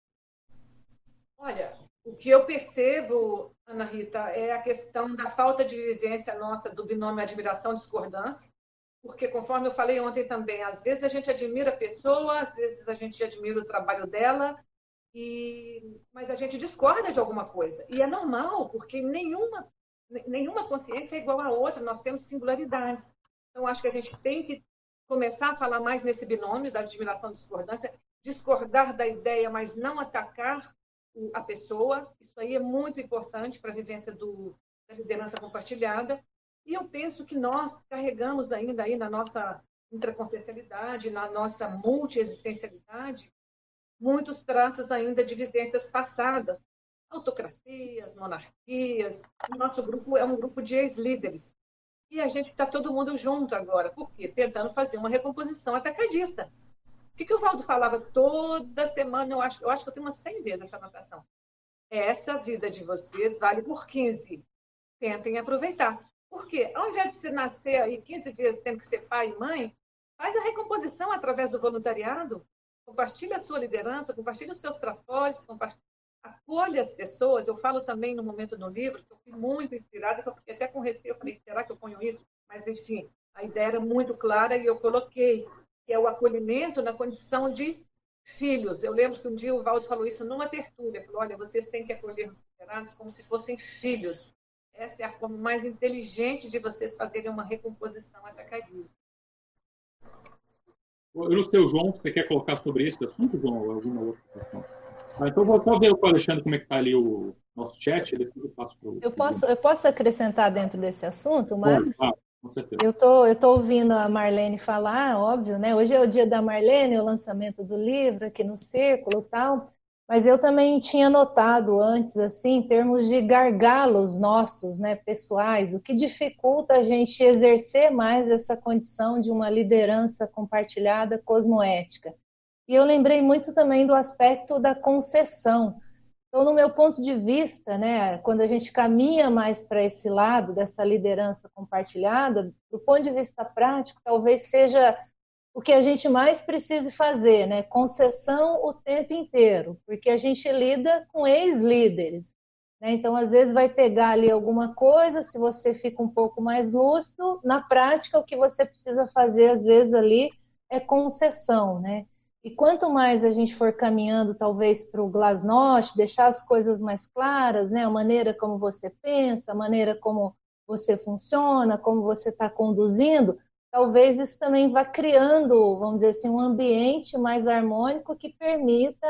Olha, o que eu percebo, Ana Rita, é a questão da falta de vivência nossa do binômio admiração-discordância, porque, conforme eu falei ontem também, às vezes a gente admira a pessoa, às vezes a gente admira o trabalho dela, mas a gente discorda de alguma coisa. E é normal, porque nenhuma consciência é igual à outra, nós temos singularidades. Então, acho que a gente tem que começar a falar mais nesse binômio da admiração-discordância, discordar da ideia, mas não atacar a pessoa. Isso aí é muito importante para a vivência da liderança compartilhada, e eu penso que nós carregamos ainda aí na nossa intraconsciencialidade, na nossa multiexistencialidade, muitos traços ainda de vivências passadas, autocracias, monarquias. O nosso grupo é um grupo de ex-líderes. E a gente está todo mundo junto agora. Por quê? Tentando fazer uma recomposição atacadista. O que o Valdo falava toda semana? Eu acho que eu tenho umas 100 vezes essa anotação. Essa vida de vocês vale por 15. Tentem aproveitar. Por quê? Ao invés de você nascer aí 15 vezes tendo que ser pai e mãe, faz a recomposição através do voluntariado. Compartilhe a sua liderança, compartilhe os seus trafores, acolha as pessoas. Eu falo também no momento do livro, que eu fui muito inspirada, porque até com receio eu falei, será que eu ponho isso? Mas, enfim, a ideia era muito clara e eu coloquei, que é o acolhimento na condição de filhos. Eu lembro que um dia o Valdo falou isso numa tertúlia. Ele falou, olha, vocês têm que acolher os liderados como se fossem filhos. Essa é a forma mais inteligente de vocês fazerem uma recomposição atacadista. Eu não sei, João, você quer colocar sobre esse assunto, João, ou alguma outra questão? Então, vou só ver com o Alexandre como é que está ali o nosso chat. Depois eu passo para eu posso acrescentar dentro desse assunto, Max? Com certeza. Eu tô ouvindo a Marlene falar, óbvio, né? Hoje é o dia da Marlene, o lançamento do livro aqui no Círculo e tal, mas eu também tinha notado antes, assim, em termos de gargalos nossos, né, pessoais, o que dificulta a gente exercer mais essa condição de uma liderança compartilhada cosmoética. E eu lembrei muito também do aspecto da concessão. Então, no meu ponto de vista, né, quando a gente caminha mais para esse lado dessa liderança compartilhada, do ponto de vista prático, talvez seja o que a gente mais precise fazer, né? Concessão o tempo inteiro, porque a gente lida com ex-líderes, né? Então, às vezes vai pegar ali alguma coisa, se você fica um pouco mais lúcido, na prática o que você precisa fazer, às vezes, ali é concessão, né? E quanto mais a gente for caminhando, talvez, para o glasnost, deixar as coisas mais claras, né? A maneira como você pensa, a maneira como você funciona, como você está conduzindo, talvez isso também vá criando, vamos dizer assim, um ambiente mais harmônico que permita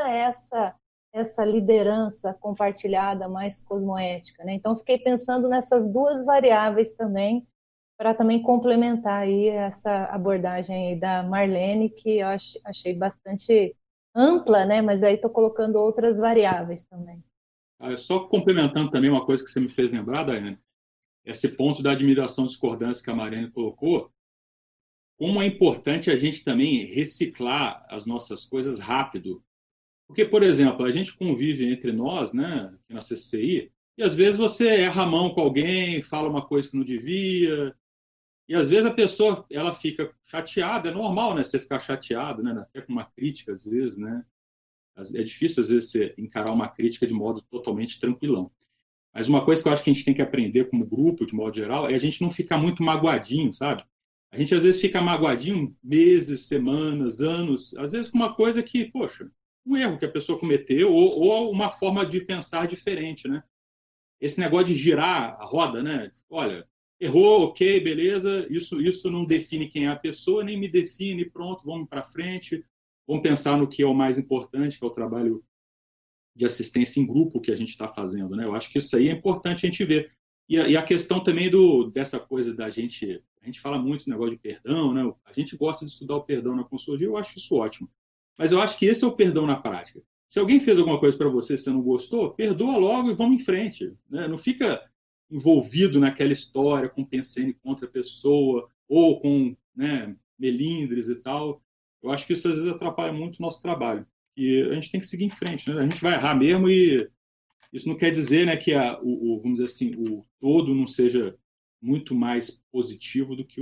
essa liderança compartilhada mais cosmoética, né? Então, fiquei pensando nessas duas variáveis também, para também complementar aí essa abordagem aí da Marlene, que eu achei bastante ampla, né? Mas aí estou colocando outras variáveis também. Só complementando também uma coisa que você me fez lembrar, Daiane, esse ponto da admiração e discordância que a Marlene colocou, como é importante a gente também reciclar as nossas coisas rápido. Porque, por exemplo, a gente convive entre nós, né, aqui na CCI, e às vezes você erra a mão com alguém, fala uma coisa que não devia, e às vezes a pessoa ela fica chateada, é normal, né, você ficar chateado, né, até com uma crítica às vezes, né, é difícil às vezes você encarar uma crítica de modo totalmente tranquilão. Mas uma coisa que eu acho que a gente tem que aprender como grupo, de modo geral, é a gente não ficar muito magoadinho, sabe? A gente às vezes fica magoadinho meses, semanas, anos, às vezes com uma coisa que, poxa, um erro que a pessoa cometeu ou uma forma de pensar diferente, né? Esse negócio de girar a roda, né? Olha, errou, ok, beleza, isso não define quem é a pessoa, nem me define, pronto, vamos para frente, vamos pensar no que é o mais importante, que é o trabalho de assistência em grupo que a gente está fazendo, né? Eu acho que isso aí é importante a gente ver. E a questão também dessa coisa da gente... A gente fala muito do negócio de perdão, né? A gente gosta de estudar o perdão na consultoria, eu acho isso ótimo. Mas eu acho que esse é o perdão na prática. Se alguém fez alguma coisa para você e você não gostou, perdoa logo e vamos em frente, né? Não fica envolvido naquela história com pensando contra a pessoa ou com, né, melindres e tal. Eu acho que isso às vezes atrapalha muito o nosso trabalho. E a gente tem que seguir em frente, né? A gente vai errar mesmo e isso não quer dizer, né, que vamos dizer assim, o todo não seja muito mais positivo do que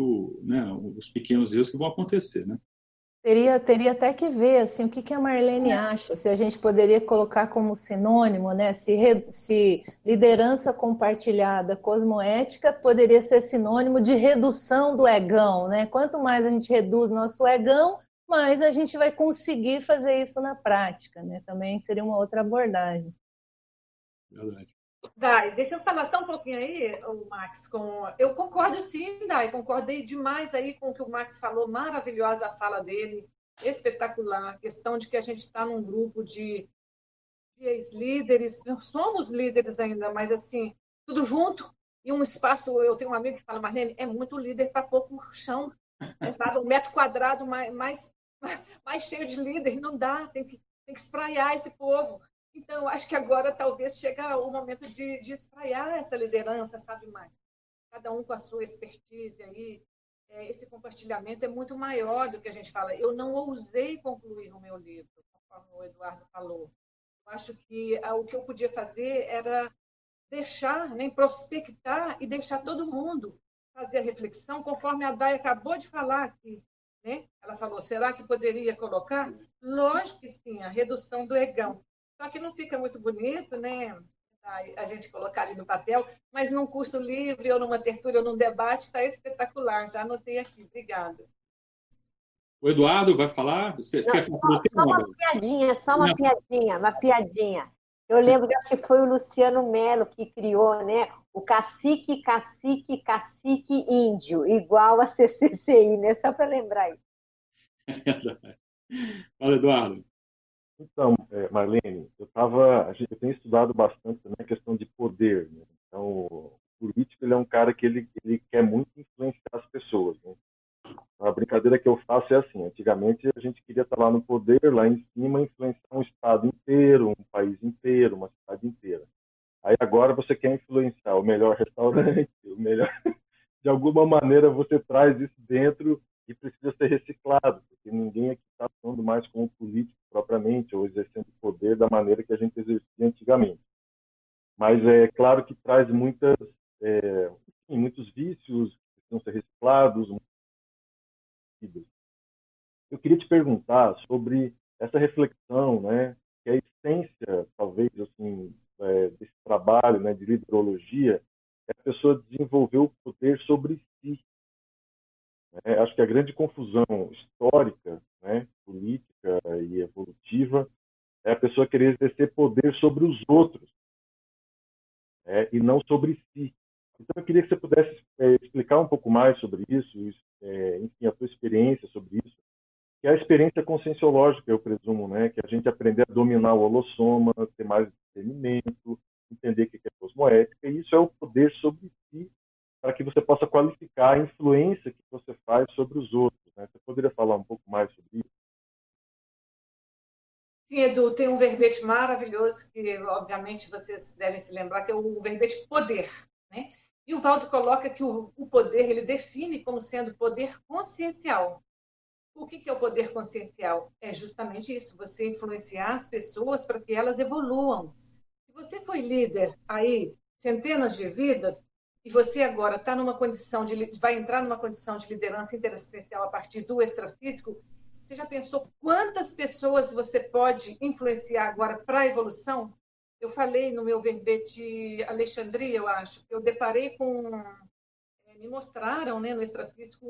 os pequenos erros que vão acontecer, né? Teria até que ver assim, o que a Marlene acha, se a gente poderia colocar como sinônimo, né? Se liderança compartilhada cosmoética poderia ser sinônimo de redução do egão, né? Quanto mais a gente reduz nosso egão, mais a gente vai conseguir fazer isso na prática, né? Também seria uma outra abordagem. Verdade. Dai, deixa eu falar só um pouquinho aí, Max. Eu concordo sim, Dai, concordei demais aí com o que o Max falou, maravilhosa a fala dele, espetacular, a questão de que a gente está num grupo de ex-líderes, nós somos líderes ainda, mas assim, tudo junto, e um espaço, eu tenho um amigo que fala, Marlene, é muito líder para pouco chão, sabe? 1 metro quadrado mais cheio de líder, não dá, tem que espraiar esse povo. Então, acho que agora talvez chega o momento de espraiar essa liderança, sabe mais? Cada um com a sua expertise aí. Esse compartilhamento é muito maior do que a gente fala. Eu não ousei concluir o meu livro, conforme o Eduardo falou. Eu acho que o que eu podia fazer era deixar, né, prospectar e deixar todo mundo fazer a reflexão, conforme a Day acabou de falar aqui. Né? Ela falou, será que poderia colocar? Lógico que sim, a redução do egão. Só que não fica muito bonito, né? A gente colocar ali no papel, mas num curso livre, ou numa tertúlia, ou num debate, está espetacular. Já anotei aqui. Obrigada. O Eduardo vai falar? Você quer falar? Só uma piadinha. Eu lembro que acho que foi o Luciano Melo que criou, né? O cacique índio, igual a CCCI, né? Só para lembrar isso. Fala, Eduardo. Então, Marlene, eu tenho estudado bastante também a questão de poder, né? Então, o político, ele é um cara que ele quer muito influenciar as pessoas, né? A brincadeira que eu faço é assim, antigamente a gente queria estar lá no poder, lá em cima, influenciar um estado inteiro, um país inteiro, uma cidade inteira. Aí agora você quer influenciar o melhor restaurante, o melhor... De alguma maneira você traz isso dentro e precisa ser reciclado, porque ninguém aqui está atuando mais como político propriamente, ou exercendo poder da maneira que a gente exercia antigamente. Mas é claro que traz muitos vícios que precisam ser reciclados. Eu queria te perguntar sobre essa reflexão, né, que a essência, talvez, assim, desse trabalho, né, de liderologia, é a pessoa desenvolver o poder sobre si. Acho que a grande confusão histórica, né, política e evolutiva, é a pessoa querer exercer poder sobre os outros, e não sobre si. Então, eu queria que você pudesse explicar um pouco mais sobre isso, enfim, a tua experiência sobre isso, que é a experiência conscienciológica, eu presumo, né, que a gente aprender a dominar o holossoma, ter mais discernimento, entender o que é cosmoética, e isso é o poder sobre si, para que você possa qualificar a influência que você faz sobre os outros. Né? Você poderia falar um pouco mais sobre isso? Sim, Edu, tem um verbete maravilhoso que, obviamente, vocês devem se lembrar, que é o verbete poder. Né? E o Valdo coloca que o poder, ele define como sendo poder consciencial. O que é o poder consciencial? É justamente isso, você influenciar as pessoas para que elas evoluam. Se você foi líder aí, centenas de vidas, e você agora está vai entrar numa condição de liderança interassistencial a partir do extrafísico, você já pensou quantas pessoas você pode influenciar agora para a evolução? Eu falei no meu verbete Alexandria, eu acho, que eu deparei com... Me mostraram, né, no extrafísico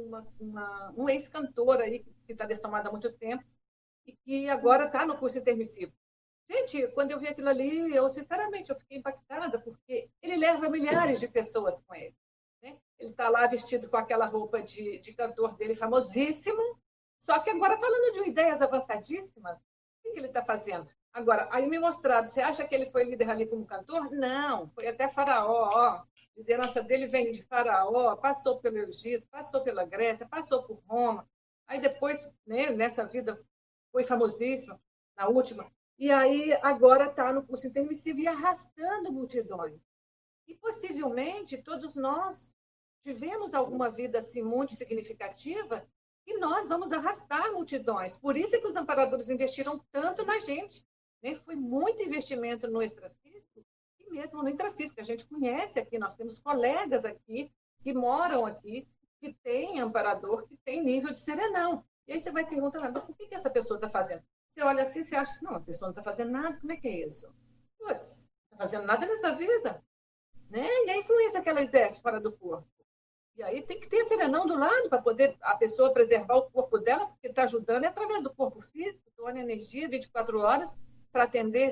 um ex-cantor aí que está dessomado há muito tempo e que agora está no curso intermissivo. Gente, quando eu vi aquilo ali, sinceramente, eu fiquei impactada, porque ele leva milhares de pessoas com ele. Né? Ele está lá vestido com aquela roupa de cantor dele famosíssimo, só que agora falando de ideias avançadíssimas, o que ele está fazendo? Agora, aí me mostraram, você acha que ele foi líder ali como cantor? Não, foi até Faraó, ó. A liderança dele vem de Faraó, passou pelo Egito, passou pela Grécia, passou por Roma, aí depois, né, nessa vida, foi famosíssimo, na última, e aí agora está no curso intermissivo e arrastando multidões. E possivelmente todos nós tivemos alguma vida assim muito significativa e nós vamos arrastar multidões. Por isso é que os amparadores investiram tanto na gente. Né? Foi muito investimento no extrafísico e mesmo no intrafísico. A gente conhece aqui, nós temos colegas aqui que moram aqui, que tem amparador, que tem nível de serenão. E aí você vai perguntar, mas por que essa pessoa está fazendo? Você olha assim, você acha que não, a pessoa não está fazendo nada, como é que é isso? Putz, não está fazendo nada nessa vida. Né? E a influência que ela exerce fora do corpo. E aí tem que ter serenão do lado para poder a pessoa preservar o corpo dela, porque está ajudando através do corpo físico, doando energia 24 horas para atender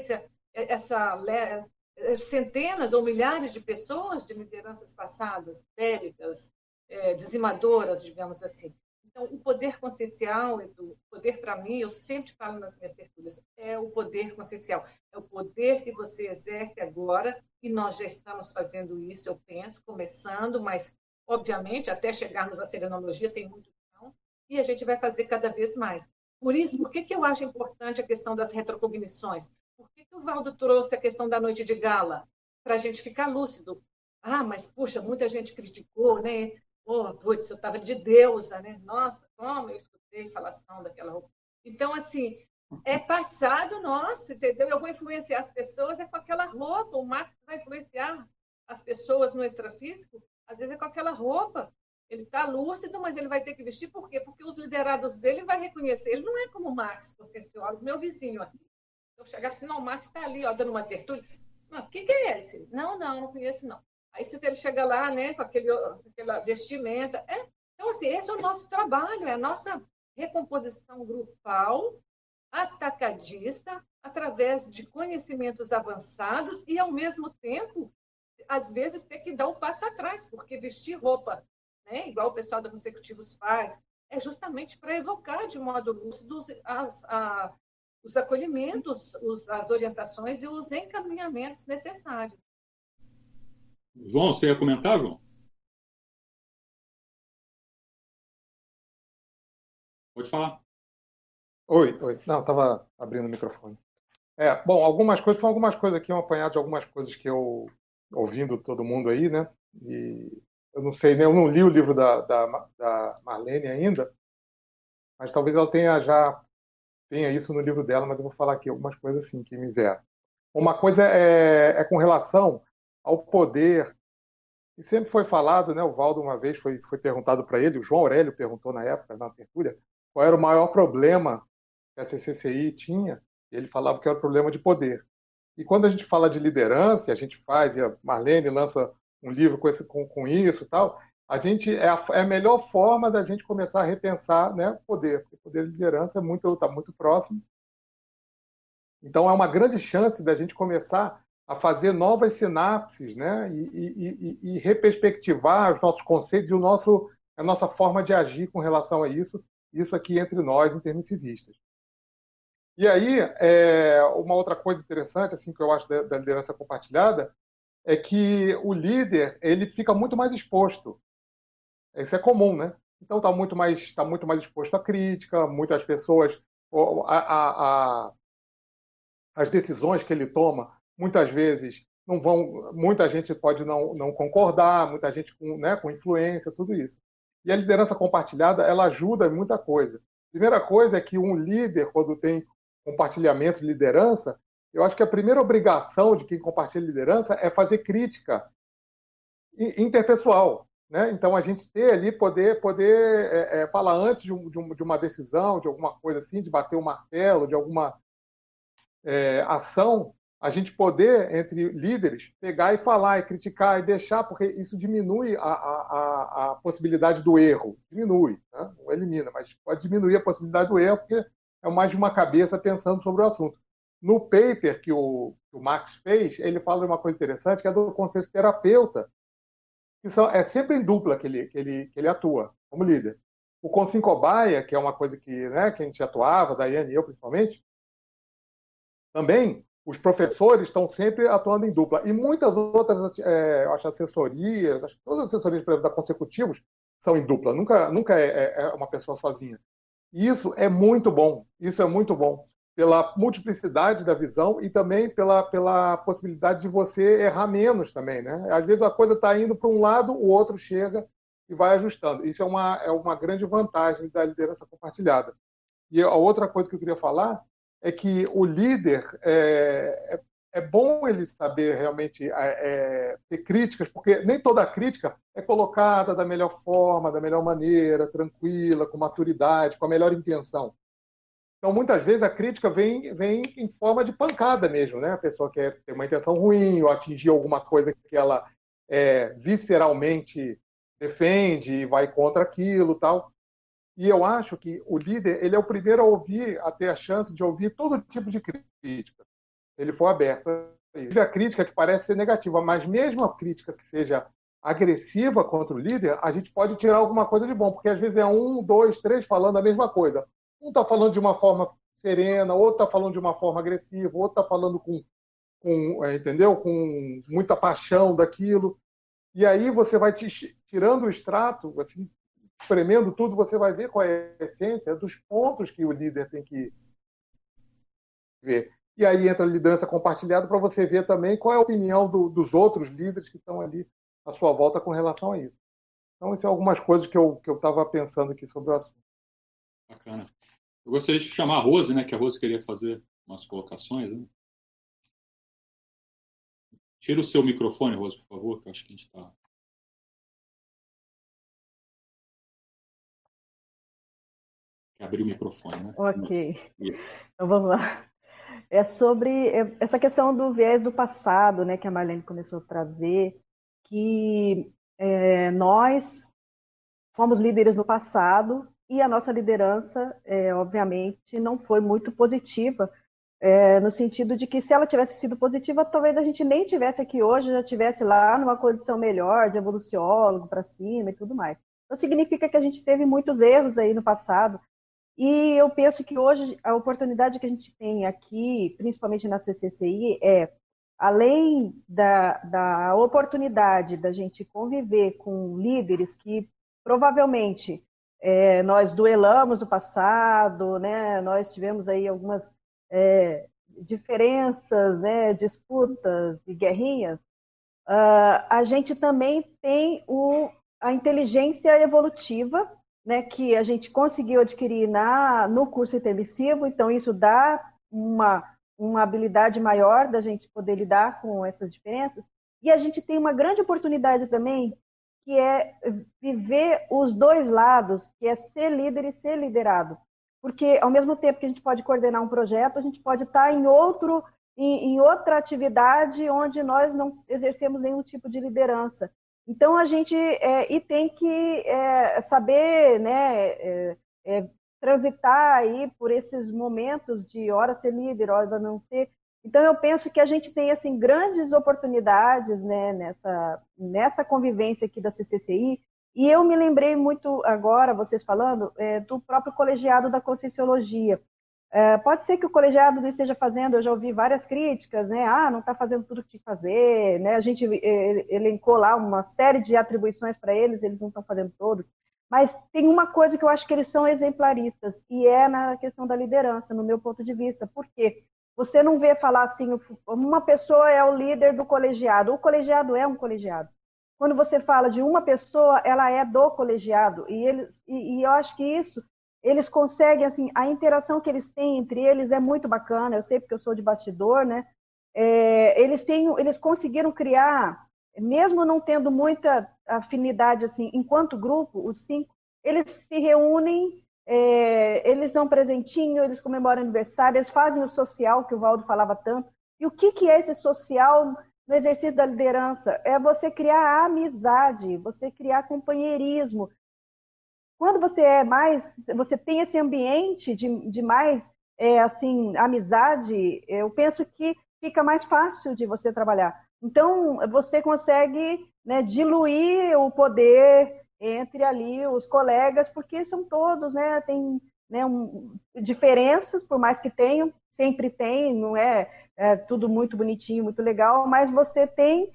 centenas ou milhares de pessoas de lideranças passadas, bélicas, dizimadoras, digamos assim. Então, o poder consciencial, Edu, o poder para mim, eu sempre falo nas minhas tertúlias, é o poder consciencial, é o poder que você exerce agora, e nós já estamos fazendo isso, eu penso, começando, mas, obviamente, até chegarmos à serenologia tem muito chão, e a gente vai fazer cada vez mais. Por isso, por que eu acho importante a questão das retrocognições? Por que o Valdo trouxe a questão da noite de gala? Para a gente ficar lúcido. Ah, mas, puxa, muita gente criticou, né? Oh, putz, eu estava de deusa, né? Nossa, como eu escutei falação daquela roupa. Então, assim, é passado nosso, entendeu? Eu vou influenciar as pessoas, é com aquela roupa. O Marx vai influenciar as pessoas no extrafísico, às vezes é com aquela roupa. Ele está lúcido, mas ele vai ter que vestir, por quê? Porque os liderados dele vai reconhecer. Ele não é como o Marx, consciencioso, meu vizinho aqui. Eu chegar assim, não, o Marx está ali, ó, dando uma tertúlia. Não, o que é esse? Não, não conheço, não. Aí, se ele chega lá, né, com aquela vestimenta. Então, assim, esse é o nosso trabalho, é a nossa recomposição grupal, atacadista, através de conhecimentos avançados e, ao mesmo tempo, às vezes, ter que dar um passo atrás, porque vestir roupa, né, igual o pessoal da Consecutivos faz, é justamente para evocar de modo lúcido os acolhimentos, as orientações e os encaminhamentos necessários. João, você ia comentar, João? Pode falar. Oi. Não, estava abrindo o microfone. Bom, foram algumas coisas aqui, um apanhado de algumas coisas que eu, ouvindo todo mundo aí, né? E eu não sei, né? Eu não li o livro da Marlene ainda, mas talvez ela tenha isso no livro dela, mas eu vou falar aqui algumas coisas assim que me vieram. Uma coisa é com relação ao poder, e sempre foi falado, né? O Valdo uma vez foi perguntado para ele, o João Aurélio perguntou na época, na tertúlia, qual era o maior problema que a CCCI tinha, e ele falava que era o problema de poder. E quando a gente fala de liderança, a gente faz, e a Marlene lança um livro com isso e tal, a gente é a melhor forma da gente começar a repensar, né, o poder, porque o poder de liderança está muito próximo. Então é uma grande chance da gente começar a fazer novas sinapses, né, e reperspectivar os nossos conceitos e a nossa forma de agir com relação a isso aqui entre nós, intermissivistas. E aí, uma outra coisa interessante assim, que eu acho da liderança compartilhada é que o líder ele fica muito mais exposto. Isso é comum, né? Então está muito mais exposto à crítica, muitas pessoas, as decisões que ele toma, muitas vezes muita gente pode não concordar, muita gente com influência, tudo isso. E a liderança compartilhada, ela ajuda em muita coisa. Primeira coisa é que um líder, quando tem compartilhamento de liderança, eu acho que a primeira obrigação de quem compartilha liderança é fazer crítica interpessoal, né? Então, a gente ter ali, poder falar antes de uma decisão, de alguma coisa assim, de bater o martelo, de alguma ação, a gente poder, entre líderes, pegar e falar, e criticar, e deixar, porque isso diminui a possibilidade do erro. Diminui, né? Não elimina, mas pode diminuir a possibilidade do erro, porque é mais de uma cabeça pensando sobre o assunto. No paper que o Marx fez, ele fala de uma coisa interessante, que é do conceito terapeuta, que é sempre em dupla que ele atua, como líder. O Consim Cobaia, que é uma coisa que a gente atuava, Daiane e eu principalmente, também os professores estão sempre atuando em dupla. E muitas outras, eu acho, assessorias, acho que todas as assessorias, por exemplo, da Consecutivos, são em dupla, nunca é uma pessoa sozinha. E isso é muito bom, pela multiplicidade da visão e também pela possibilidade de você errar menos também, né? Às vezes a coisa está indo para um lado, o outro chega e vai ajustando. Isso é uma grande vantagem da liderança compartilhada. E a outra coisa que eu queria falar é que o líder é bom ele saber realmente ter críticas, porque nem toda crítica é colocada da melhor forma, da melhor maneira, tranquila, com maturidade, com a melhor intenção. Então, muitas vezes, a crítica vem em forma de pancada mesmo, né? A pessoa quer ter uma intenção ruim ou atingir alguma coisa que ela visceralmente defende e vai contra aquilo e tal. E eu acho que o líder ele é o primeiro a ter a chance de ouvir todo tipo de crítica. Ele for aberto. A crítica que parece ser negativa, mas mesmo a crítica que seja agressiva contra o líder, a gente pode tirar alguma coisa de bom, porque às vezes é 1, 2, 3 falando a mesma coisa. Um está falando de uma forma serena, outro está falando de uma forma agressiva, outro está falando entendeu? Com muita paixão daquilo. E aí você vai tirando o extrato, assim, espremendo tudo, você vai ver qual é a essência dos pontos que o líder tem que ver. E aí entra a liderança compartilhada para você ver também qual é a opinião dos outros líderes que estão ali à sua volta com relação a isso. Então, isso é algumas coisas que eu estava pensando aqui sobre o assunto. Bacana. Eu gostaria de chamar a Rose, né, que a Rose queria fazer umas colocações. Né? Tira o seu microfone, Rose, por favor, que eu acho que a gente está... Abrir o microfone, né? Ok. Então, vamos lá. É sobre essa questão do viés do passado, né, que a Marlene começou a trazer, que nós fomos líderes no passado e a nossa liderança, obviamente, não foi muito positiva, no sentido de que se ela tivesse sido positiva, talvez a gente nem tivesse aqui hoje, já tivesse lá numa condição melhor, de evoluciólogo para cima e tudo mais. Então, significa que a gente teve muitos erros aí no passado. E eu penso que hoje a oportunidade que a gente tem aqui, principalmente na CCCI, além da oportunidade da gente conviver com líderes que provavelmente nós duelamos no passado, né? Nós tivemos aí algumas diferenças, né? Disputas e guerrinhas, a gente também tem a inteligência evolutiva, né, que a gente conseguiu adquirir no curso intermissivo, então isso dá uma habilidade maior da gente poder lidar com essas diferenças. E a gente tem uma grande oportunidade também, que é viver os dois lados, que é ser líder e ser liderado. Porque ao mesmo tempo que a gente pode coordenar um projeto, a gente pode estar em outra atividade onde nós não exercemos nenhum tipo de liderança. Então, a gente tem que saber, né, transitar aí por esses momentos de hora ser líder, hora não ser. Então, eu penso que a gente tem assim, grandes oportunidades, né, nessa convivência aqui da CCCI. E eu me lembrei muito agora, vocês falando, do próprio colegiado da Conscienciologia. Pode ser que o colegiado não esteja fazendo, eu já ouvi várias críticas, né? Não está fazendo tudo o que tinha que fazer, né? A gente elencou lá uma série de atribuições para eles não estão fazendo todas. Mas tem uma coisa que eu acho que eles são exemplaristas, e é na questão da liderança, no meu ponto de vista. Por quê? Você não vê falar assim, uma pessoa é o líder do colegiado, o colegiado é um colegiado. Quando você fala de uma pessoa, ela é do colegiado, e eu acho que isso eles conseguem, assim, a interação que eles têm entre eles é muito bacana, eu sei porque eu sou de bastidor, né? Eles conseguiram criar, mesmo não tendo muita afinidade, assim, enquanto grupo, os 5, eles se reúnem, eles dão presentinho, eles comemoram aniversário, eles fazem o social, que o Valdo falava tanto. E o que é esse social no exercício da liderança? É você criar amizade, você criar companheirismo. Quando você tem esse ambiente de mais assim, amizade, eu penso que fica mais fácil de você trabalhar. Então, você consegue, né, diluir o poder entre ali os colegas, porque são todos, né, tem, né, diferenças, por mais que tenham, sempre tem, não é tudo muito bonitinho, muito legal, mas você tem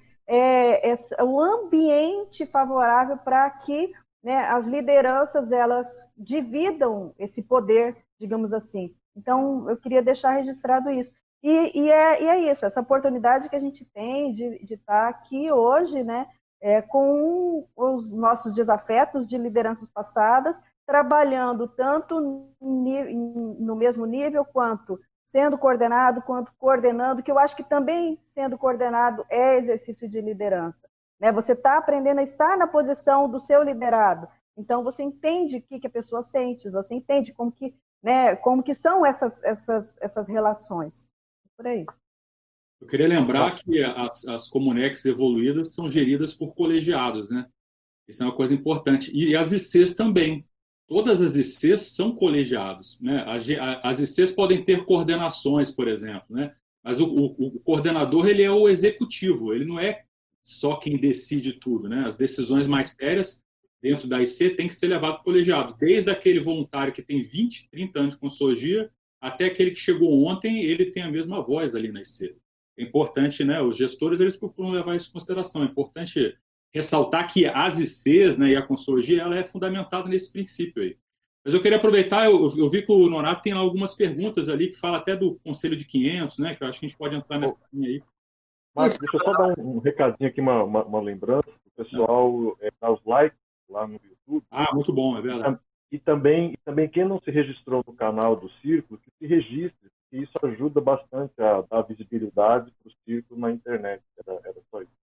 o ambiente favorável para que, né, as lideranças elas dividam esse poder, digamos assim. Então, eu queria deixar registrado isso. E é isso, essa oportunidade que a gente tem de estar aqui hoje, né, com os nossos desafetos de lideranças passadas, trabalhando tanto no mesmo nível, quanto sendo coordenado, quanto coordenando, que eu acho que também sendo coordenado é exercício de liderança. Né? Você está aprendendo a estar na posição do seu liderado. Então, você entende o que a pessoa sente, você entende como que são essas relações. Por aí. Eu queria lembrar que as Comunex evoluídas são geridas por colegiados, né? Isso é uma coisa importante. E as ICs também. Todas as ICs são colegiados, né? As ICs podem ter coordenações, por exemplo, né? Mas o coordenador, ele é o executivo, ele não é só quem decide tudo, né? As decisões mais sérias dentro da IC têm que ser levadas para o colegiado, desde aquele voluntário que tem 20, 30 anos de consultoria, até aquele que chegou ontem, ele tem a mesma voz ali na IC. É importante, né? Os gestores, eles procuram levar isso em consideração. É importante ressaltar que as ICs, né, e a consultoria, ela é fundamentada nesse princípio aí. Mas eu queria aproveitar, eu vi que o Nonato tem lá algumas perguntas ali, que fala até do Conselho de 500, né, que eu acho que a gente pode entrar nessa linha aí. Marcos, deixa eu só dar um recadinho aqui, uma lembrança para o pessoal dar os likes lá no YouTube. Ah, muito bom, é verdade. E também quem não se registrou no canal do Círculo, que se registre, e isso ajuda bastante a dar visibilidade para o Círculo na internet. Era só isso.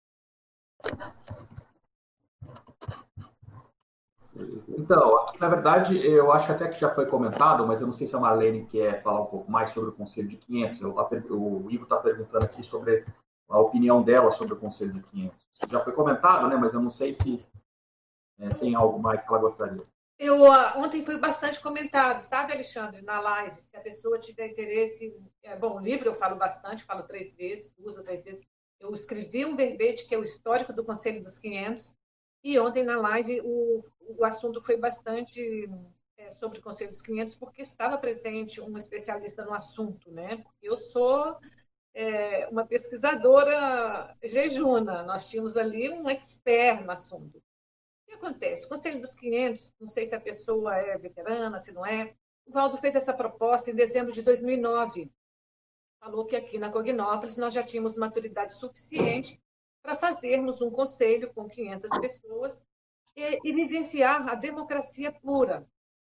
Então, aqui, na verdade, eu acho até que já foi comentado, mas eu não sei se a Marlene quer falar um pouco mais sobre o Conselho de 500. O Igor está perguntando aqui sobre a opinião dela sobre o Conselho de 500. Já foi comentado, né? Mas eu não sei se tem algo mais que ela gostaria. Ontem foi bastante comentado, sabe, Alexandre, na live. Se a pessoa tiver interesse... Bom, o livro eu falo bastante, falo 3 vezes, 2 ou 3 vezes. Eu escrevi um verbete que é o histórico do Conselho dos 500, e ontem na live o assunto foi bastante sobre o Conselho dos 500, porque estava presente um especialista no assunto, né? Eu sou uma pesquisadora jejuna, nós tínhamos ali um expert no assunto. O que acontece? O Conselho dos 500, não sei se a pessoa é veterana, se não é, o Valdo fez essa proposta em dezembro de 2009. Falou que aqui na Cognópolis nós já tínhamos maturidade suficiente para fazermos um conselho com 500 pessoas e vivenciar a democracia pura.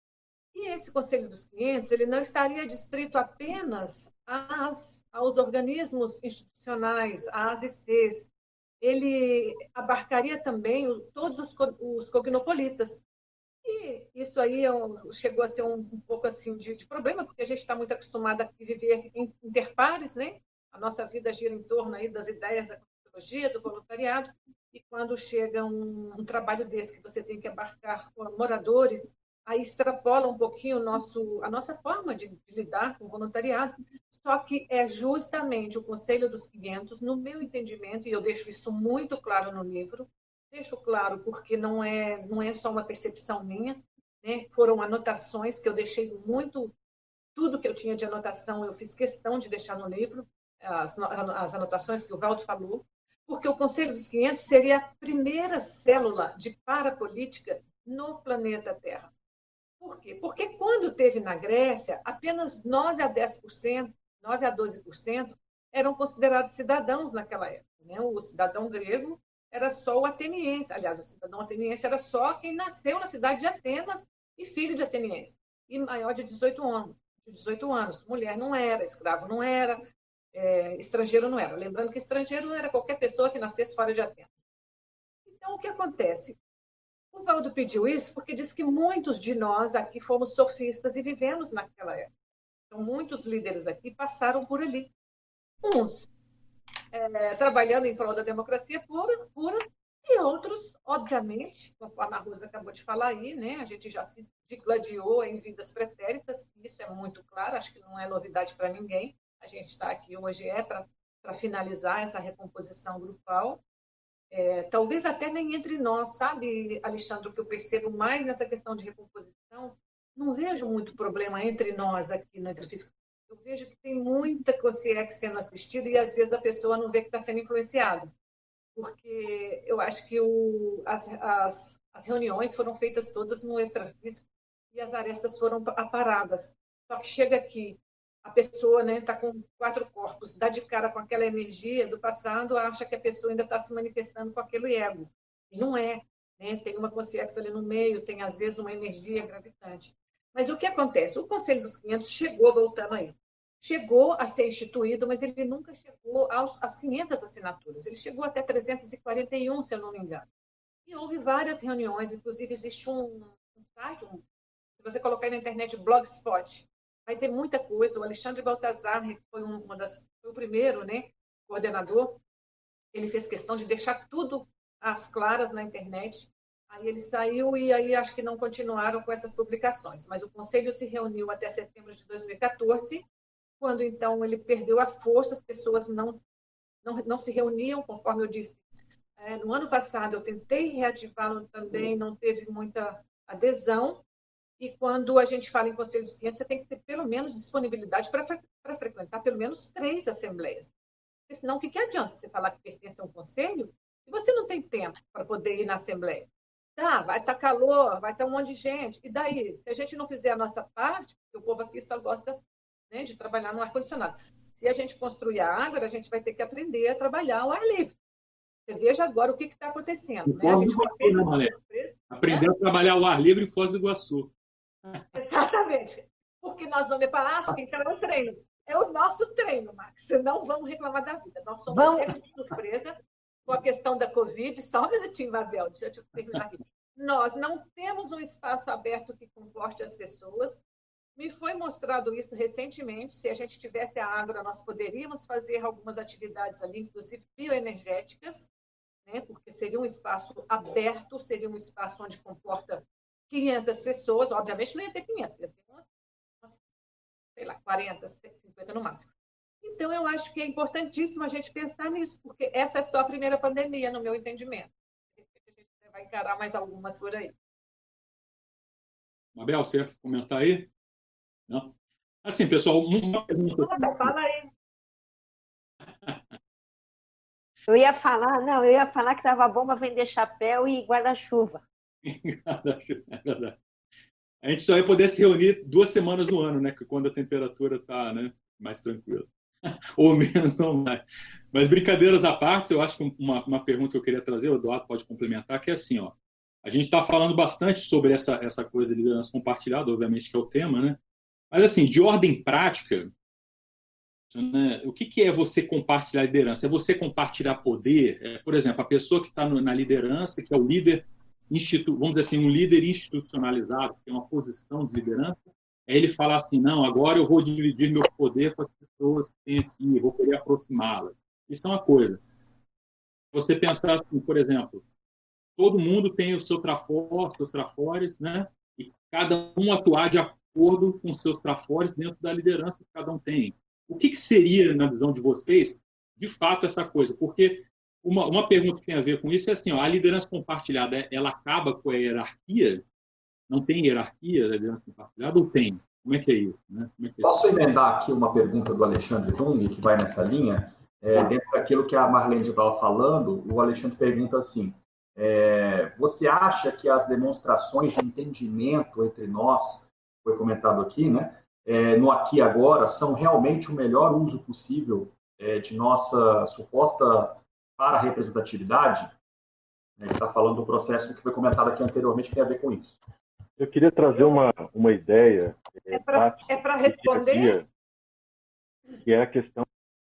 E esse Conselho dos 500 ele não estaria distrito apenas aos organismos institucionais, às ICs. Ele abarcaria também todos os cognopolitas. E isso aí chegou a ser um pouco assim de problema, porque a gente está muito acostumado a viver interpares, né? A nossa vida gira em torno aí das ideias da sociologia, do voluntariado, e quando chega um trabalho desse que você tem que abarcar moradores, aí extrapola um pouquinho a nossa forma de lidar com o voluntariado, só que é justamente o Conselho dos 500, no meu entendimento, e eu deixo isso muito claro no livro, deixo claro porque não é só uma percepção minha, né? Foram anotações que eu deixei muito, tudo que eu tinha de anotação eu fiz questão de deixar no livro, as anotações que o Valdo falou, porque o Conselho dos 500 seria a primeira célula de parapolítica no planeta Terra. Por quê? Porque quando teve na Grécia, apenas 9 a 10%, 9 a 12% eram considerados cidadãos naquela época. Né? O cidadão grego era só o ateniense. Aliás, o cidadão ateniense era só quem nasceu na cidade de Atenas e filho de ateniense. E maior de 18 anos. Mulher não era, escravo não era, estrangeiro não era. Lembrando que estrangeiro não era qualquer pessoa que nascesse fora de Atenas. Então, o que acontece? O Valdo pediu isso porque disse que muitos de nós aqui fomos sofistas e vivemos naquela época. Então, muitos líderes aqui passaram por ali. Uns trabalhando em prol da democracia pura, e outros, obviamente, conforme a Rosa acabou de falar aí, né, a gente já se digladiou em vidas pretéritas, isso é muito claro, acho que não é novidade para ninguém. A gente está aqui hoje para finalizar essa recomposição grupal. Talvez até nem entre nós, sabe, Alexandre, o que eu percebo mais nessa questão de recomposição, não vejo muito problema entre nós aqui no Entrefísico. Eu vejo que tem muita consciência sendo assistida e às vezes a pessoa não vê que está sendo influenciada. Porque eu acho que as reuniões foram feitas todas no extrafísico e as arestas foram aparadas. Só que chega aqui, a pessoa está com 4 corpos, dá de cara com aquela energia do passado, acha que a pessoa ainda está se manifestando com aquele ego. E não é. Né? Tem uma consciência ali no meio, tem às vezes uma energia gravitante. Mas o que acontece? O Conselho dos 500 chegou, voltando aí, chegou a ser instituído, mas ele nunca chegou às 500 assinaturas. Ele chegou até 341, se eu não me engano. E houve várias reuniões, inclusive existe um site, se você colocar aí na internet, Blogspot, vai ter muita coisa. O Alexandre Baltazar, que foi foi o primeiro, né, coordenador, ele fez questão de deixar tudo às claras na internet. Aí ele saiu e aí acho que não continuaram com essas publicações. Mas o Conselho se reuniu até setembro de 2014, quando então ele perdeu a força, as pessoas não se reuniam, conforme eu disse. No ano passado, eu tentei reativá-lo também, não teve muita adesão. E quando a gente fala em conselho de ciência, você tem que ter pelo menos disponibilidade para frequentar pelo menos 3 assembleias. Porque senão, o que adianta você falar que pertence a um conselho se você não tem tempo para poder ir na assembleia? Tá, vai estar calor, vai estar um monte de gente. E daí? Se a gente não fizer a nossa parte, porque o povo aqui só gosta, né, de trabalhar no ar-condicionado. Se a gente construir a Ágora, a gente vai ter que aprender a trabalhar ao ar livre. Você veja agora o que está acontecendo. Né? A gente aprender a trabalhar ao ar livre em Foz do Iguaçu. Exatamente. Porque nós vamos para a África, então é um treino. É o nosso treino, Max. Não vamos reclamar da vida. Nós somos pegos de surpresa com a questão da Covid. Só um minutinho, Mabel, deixa eu terminar aqui. Nós não temos um espaço aberto que comporte as pessoas. Me foi mostrado isso recentemente. Se a gente tivesse a Ágora, nós poderíamos fazer algumas atividades ali, inclusive bioenergéticas, né? Porque seria um espaço aberto, seria um espaço onde comporta 500 pessoas. Obviamente não ia ter 500, ia ter umas, sei lá, 40, 50 no máximo. Então, eu acho que é importantíssimo a gente pensar nisso, porque essa é só a primeira pandemia, no meu entendimento. A gente vai encarar mais algumas por aí. Mabel, você ia comentar aí? Não? Assim, pessoal, uma pergunta. Fala aí. Eu ia falar que estava bom para vender chapéu e guarda-chuva. É verdade. A gente só ia poder se reunir 2 semanas no ano, né? Que quando a temperatura está, né, mais tranquila. Ou menos ou mais. Mas brincadeiras à parte, eu acho que uma pergunta que eu queria trazer, o Eduardo pode complementar, que é assim, ó. A gente está falando bastante sobre essa coisa de liderança compartilhada, obviamente que é o tema, né? Mas assim, de ordem prática, né, o que é você compartilhar liderança? É você compartilhar poder? Por exemplo, a pessoa que está na liderança, que é o líder, vamos dizer assim, um líder institucionalizado, que tem uma posição de liderança, é ele falar assim, não, agora eu vou dividir meu poder com as pessoas que têm aqui, vou querer aproximá-las. Isso é uma coisa. Você pensar assim, por exemplo, todo mundo tem o seu trafor, seus trafores, né? E cada um atuar de acordo com seus trafores dentro da liderança que cada um tem. O que seria, na visão de vocês, de fato, essa coisa? Porque uma pergunta que tem a ver com isso é assim, ó, a liderança compartilhada, ela acaba com a hierarquia? Não tem hierarquia da liderança compartilhada ou tem? Como é que é isso? Né? Posso emendar aqui uma pergunta do Alexandre Dung, que vai nessa linha? Dentro daquilo que a Marlene já estava falando, o Alexandre pergunta assim, você acha que as demonstrações de entendimento entre nós, foi comentado aqui, né, no aqui e agora, são realmente o melhor uso possível de nossa suposta para-representatividade? A gente está falando do processo que foi comentado aqui anteriormente, que tem a ver com isso. Eu queria trazer uma ideia para responder? Que é a questão,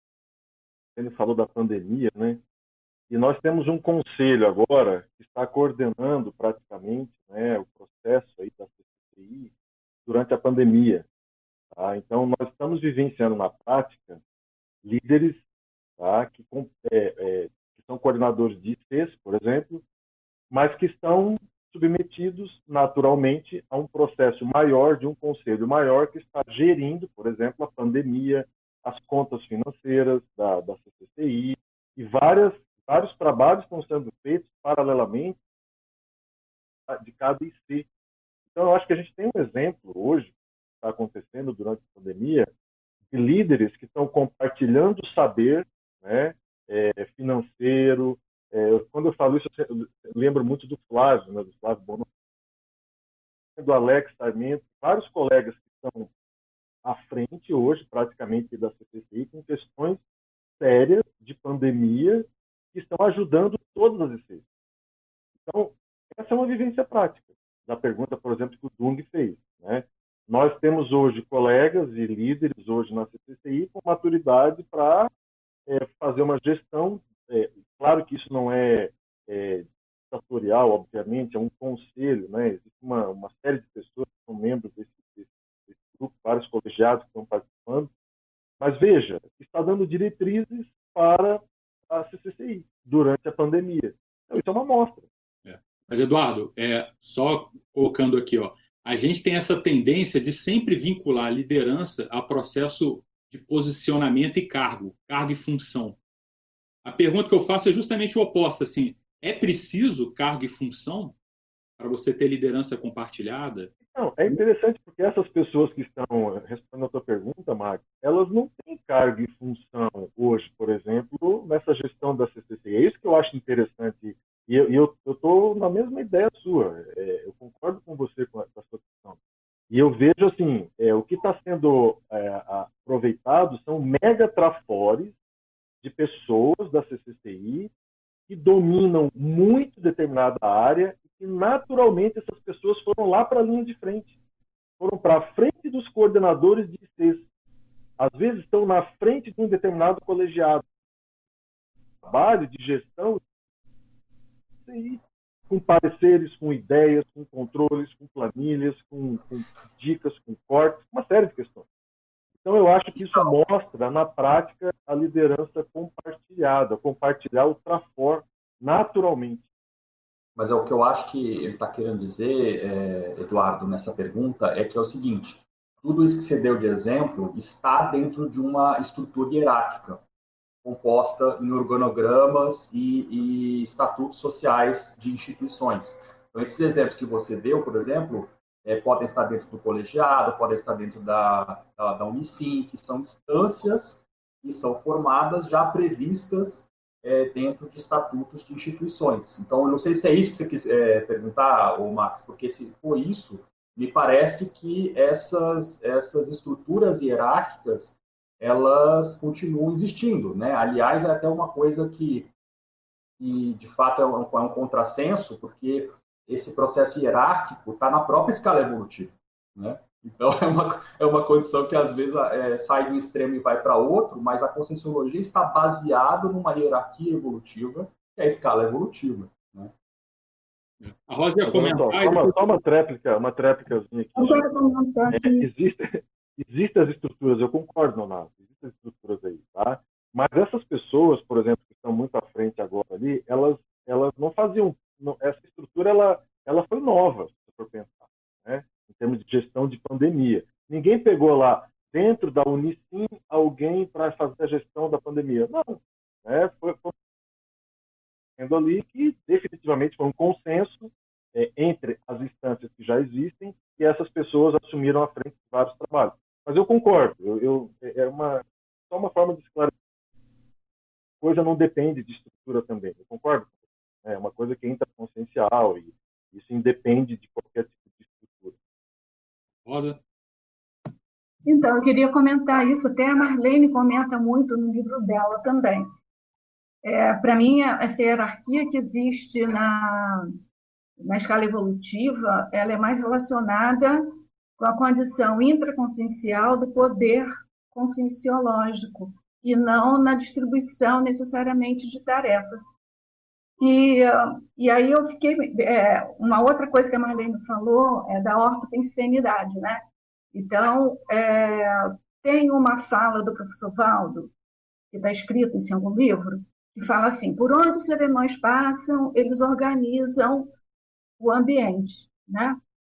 ele falou da pandemia, né? E nós temos um conselho agora que está coordenando praticamente, né, o processo aí da CCCI durante a pandemia. Tá? Então, nós estamos vivenciando na prática líderes, tá, que são coordenadores de ICs, por exemplo, mas que estão submetidos naturalmente a um processo maior, de um conselho maior que está gerindo, por exemplo, a pandemia, as contas financeiras da CCCI e vários trabalhos estão sendo feitos paralelamente de cada IC. Então, eu acho que a gente tem um exemplo hoje, que está acontecendo durante a pandemia, de líderes que estão compartilhando saber, né, financeiro. Quando eu falo isso, eu lembro muito do Flávio, né, do Flávio Bono, do Alex Sarmento, vários colegas que estão à frente hoje, praticamente, da CCCI, com questões sérias de pandemia, que estão ajudando todas as ICs. Então, essa é uma vivência prática da pergunta, por exemplo, que o Dung fez, né? Nós temos hoje colegas e líderes hoje na CCCI com maturidade para fazer uma gestão. Claro que isso não é ditatorial, obviamente, é um conselho, né? Existe uma série de pessoas que são membros desse grupo, vários colegiados que estão participando. Mas veja, está dando diretrizes para a CCCI durante a pandemia. Então, isso é uma amostra. Mas, Eduardo, só colocando aqui, ó, a gente tem essa tendência de sempre vincular a liderança a processo de posicionamento e cargo e função. A pergunta que eu faço é justamente o oposto, assim, É preciso cargo e função para você ter liderança compartilhada? Não, é interessante porque essas pessoas que estão respondendo a tua pergunta, Max, elas não têm cargo e função hoje, por exemplo, nessa gestão da CCC. É isso que eu acho interessante. E eu estou na mesma ideia sua. Eu concordo com você com a sua questão. E eu vejo assim, o que está sendo aproveitado são mega trafores de pessoas da CCCI que dominam muito determinada área e que naturalmente essas pessoas foram lá para a linha de frente, foram para a frente dos coordenadores de ICs. Às vezes estão na frente de um determinado colegiado. Trabalho de gestão com pareceres, com ideias, com controles, com planilhas, com dicas, com cortes, uma série de questões. Então, eu acho que isso mostra, na prática, a liderança compartilhada, compartilhar o trafor naturalmente. Mas o que eu acho que ele está querendo dizer, Eduardo, nessa pergunta, é que é o seguinte: tudo isso que você deu de exemplo está dentro de uma estrutura hierárquica, composta em organogramas e estatutos sociais de instituições. Então, esses exemplos que você deu, por exemplo, podem estar dentro do colegiado, podem estar dentro da Unicim, que são instâncias que são formadas, já previstas dentro de estatutos de instituições. Então, eu não sei se é isso que você quis perguntar, Max, porque se for isso, me parece que essas estruturas hierárquicas elas continuam existindo, né? Aliás, é até uma coisa que de fato é um contrassenso, porque esse processo hierárquico está na própria escala evolutiva, né? Então, é uma condição que, às vezes, sai de um extremo e vai para outro, mas a conscienciologia está baseada numa hierarquia evolutiva, que é a escala evolutiva, né? A Rosa ia comentar... Só uma tréplicazinha aqui. Existem as estruturas, eu concordo, Nonato, existem as estruturas aí, tá? Mas essas pessoas, por exemplo, que estão muito à frente agora ali, elas não faziam... essa estrutura, ela foi nova, se for pensar, né? Em termos de gestão de pandemia. Ninguém pegou lá, dentro da Unicim, alguém para fazer a gestão da pandemia. Não. Né? Foi sendo ali que, definitivamente, foi um consenso entre as instâncias que já existem e essas pessoas assumiram a frente de vários trabalhos. Mas eu concordo, só uma forma de esclarecer. A coisa não depende de estrutura também, eu concordo. É uma coisa que é intraconsciencial e isso independe de qualquer tipo de estrutura. Rosa? Então, eu queria comentar isso, até a Marlene comenta muito no livro dela também. Para mim, essa hierarquia que existe na escala evolutiva, ela é mais relacionada com a condição intraconsciencial do poder conscienciológico e não na distribuição necessariamente de tarefas. E aí eu fiquei... uma outra coisa que a Marlene falou é da ortopensenidade, né? Então, tem uma fala do professor Valdo, que está escrito em algum livro, que fala assim: por onde os serenões passam, eles organizam o ambiente, né?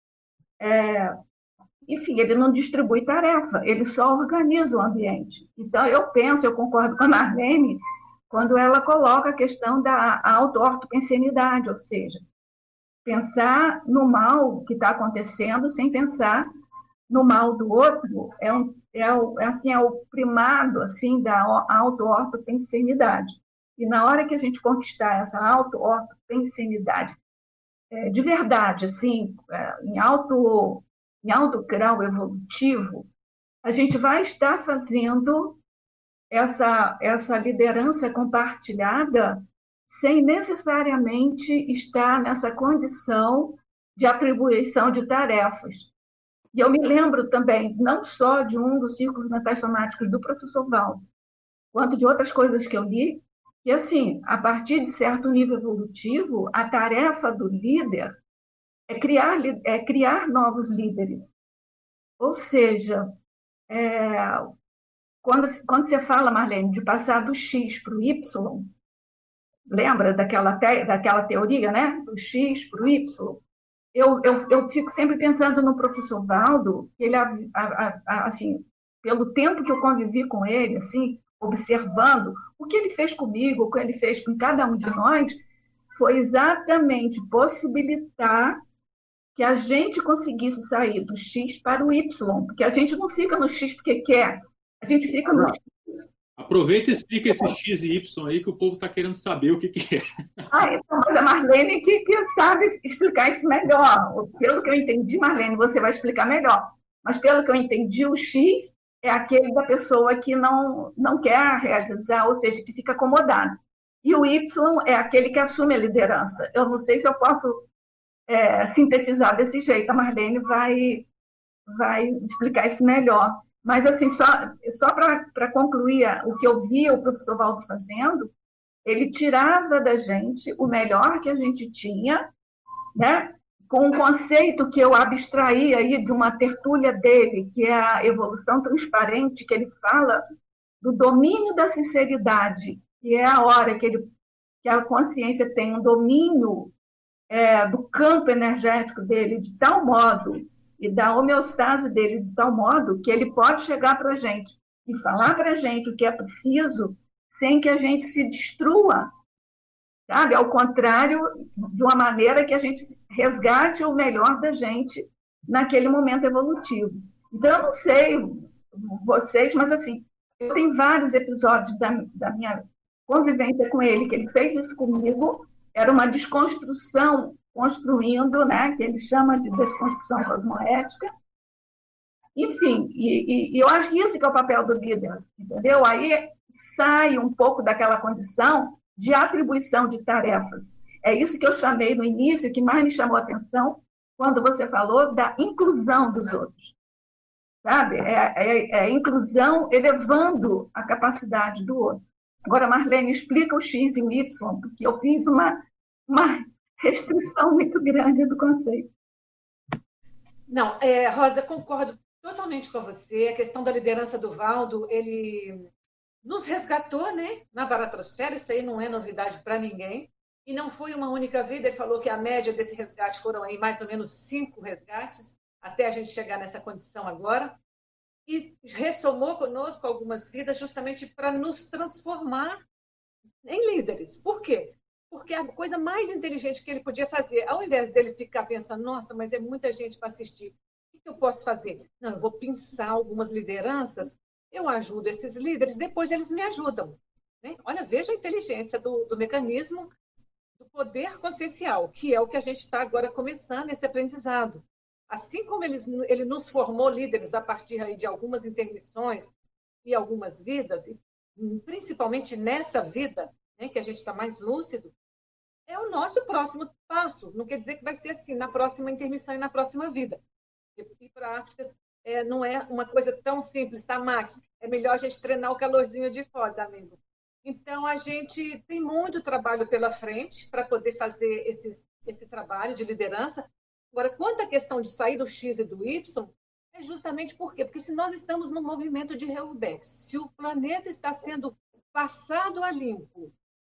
Enfim, ele não distribui tarefa, ele só organiza o ambiente. Então, eu concordo com a Marlene, quando ela coloca a questão da auto-ortopensenidade, ou seja, pensar no mal que está acontecendo sem pensar no mal do outro, é o primado assim, da auto-ortopensenidade. E na hora que a gente conquistar essa auto-ortopensenidade de verdade, assim, em alto grau evolutivo, a gente vai estar fazendo essa liderança compartilhada sem necessariamente estar nessa condição de atribuição de tarefas. E eu me lembro também, não só de um dos círculos mentais somáticos do professor Valdo, quanto de outras coisas que eu li, que, assim, a partir de certo nível evolutivo, a tarefa do líder é criar novos líderes. Ou seja, quando você fala, Marlene, de passar do X para o Y, lembra daquela teoria, né? Do X para o Y? Eu fico sempre pensando no professor Valdo, que ele, assim, pelo tempo que eu convivi com ele, assim, observando o que ele fez comigo, o que ele fez com cada um de nós, foi exatamente possibilitar que a gente conseguisse sair do X para o Y, porque a gente não fica no X porque quer, a gente fica no X. Aproveita e explica esse X e Y aí que o povo está querendo saber o que é. Então, mas a Marlene que sabe explicar isso melhor. Pelo que eu entendi, Marlene, você vai explicar melhor. Mas pelo que eu entendi, o X é aquele da pessoa que não quer realizar, ou seja, que fica acomodado. E o Y é aquele que assume a liderança. Eu não sei se eu posso sintetizar desse jeito. A Marlene vai explicar isso melhor. Mas, assim, só para concluir o que eu via o professor Valdo fazendo, ele tirava da gente o melhor que a gente tinha, né? Com um conceito que eu abstraí aí de uma tertúlia dele, que é a evolução transparente, que ele fala do domínio da sinceridade, que é a hora que a consciência tem um domínio do campo energético dele de tal modo e da homeostase dele de tal modo que ele pode chegar para a gente e falar para a gente o que é preciso sem que a gente se destrua, sabe? Ao contrário, de uma maneira que a gente resgate o melhor da gente naquele momento evolutivo. Então, eu não sei vocês, mas assim, eu tenho vários episódios da minha convivência com ele, que ele fez isso comigo, era uma desconstrução, construindo, né, que ele chama de desconstrução cosmoética. Enfim, e eu acho que isso que é o papel do líder, entendeu? Aí sai um pouco daquela condição de atribuição de tarefas. É isso que eu chamei no início, que mais me chamou a atenção, quando você falou da inclusão dos outros. Sabe? É a inclusão elevando a capacidade do outro. Agora, Marlene, explica o X e o Y, porque eu fiz uma restrição muito grande do conceito. Não, Rosa, concordo totalmente com você. A questão da liderança do Valdo, ele nos resgatou, né, na baratrosfera, isso aí não é novidade para ninguém, e não foi uma única vida. Ele falou que a média desse resgate foram aí mais ou menos 5 resgates, até a gente chegar nessa condição agora, e ressomou conosco algumas vidas justamente para nos transformar em líderes. Por quê? Porque a coisa mais inteligente que ele podia fazer, ao invés dele ficar pensando, nossa, mas é muita gente para assistir, o que eu posso fazer? Não, eu vou pensar algumas lideranças, eu ajudo esses líderes, depois eles me ajudam. Né? Olha, veja a inteligência do mecanismo do poder consciencial, que é o que a gente está agora começando esse aprendizado. Assim como ele nos formou líderes a partir aí de algumas intermissões e algumas vidas, e principalmente nessa vida, né, que a gente está mais lúcido, é o nosso próximo passo. Não quer dizer que vai ser assim na próxima intermissão e na próxima vida. Ir para a África não é uma coisa tão simples, tá, Max? É melhor a gente treinar o calorzinho de Foz, amigo. Então, a gente tem muito trabalho pela frente para poder fazer esse trabalho de liderança. Agora, quanto à questão de sair do X e do Y, é justamente por quê? Porque se nós estamos no movimento de Reubex, se o planeta está sendo passado a limpo,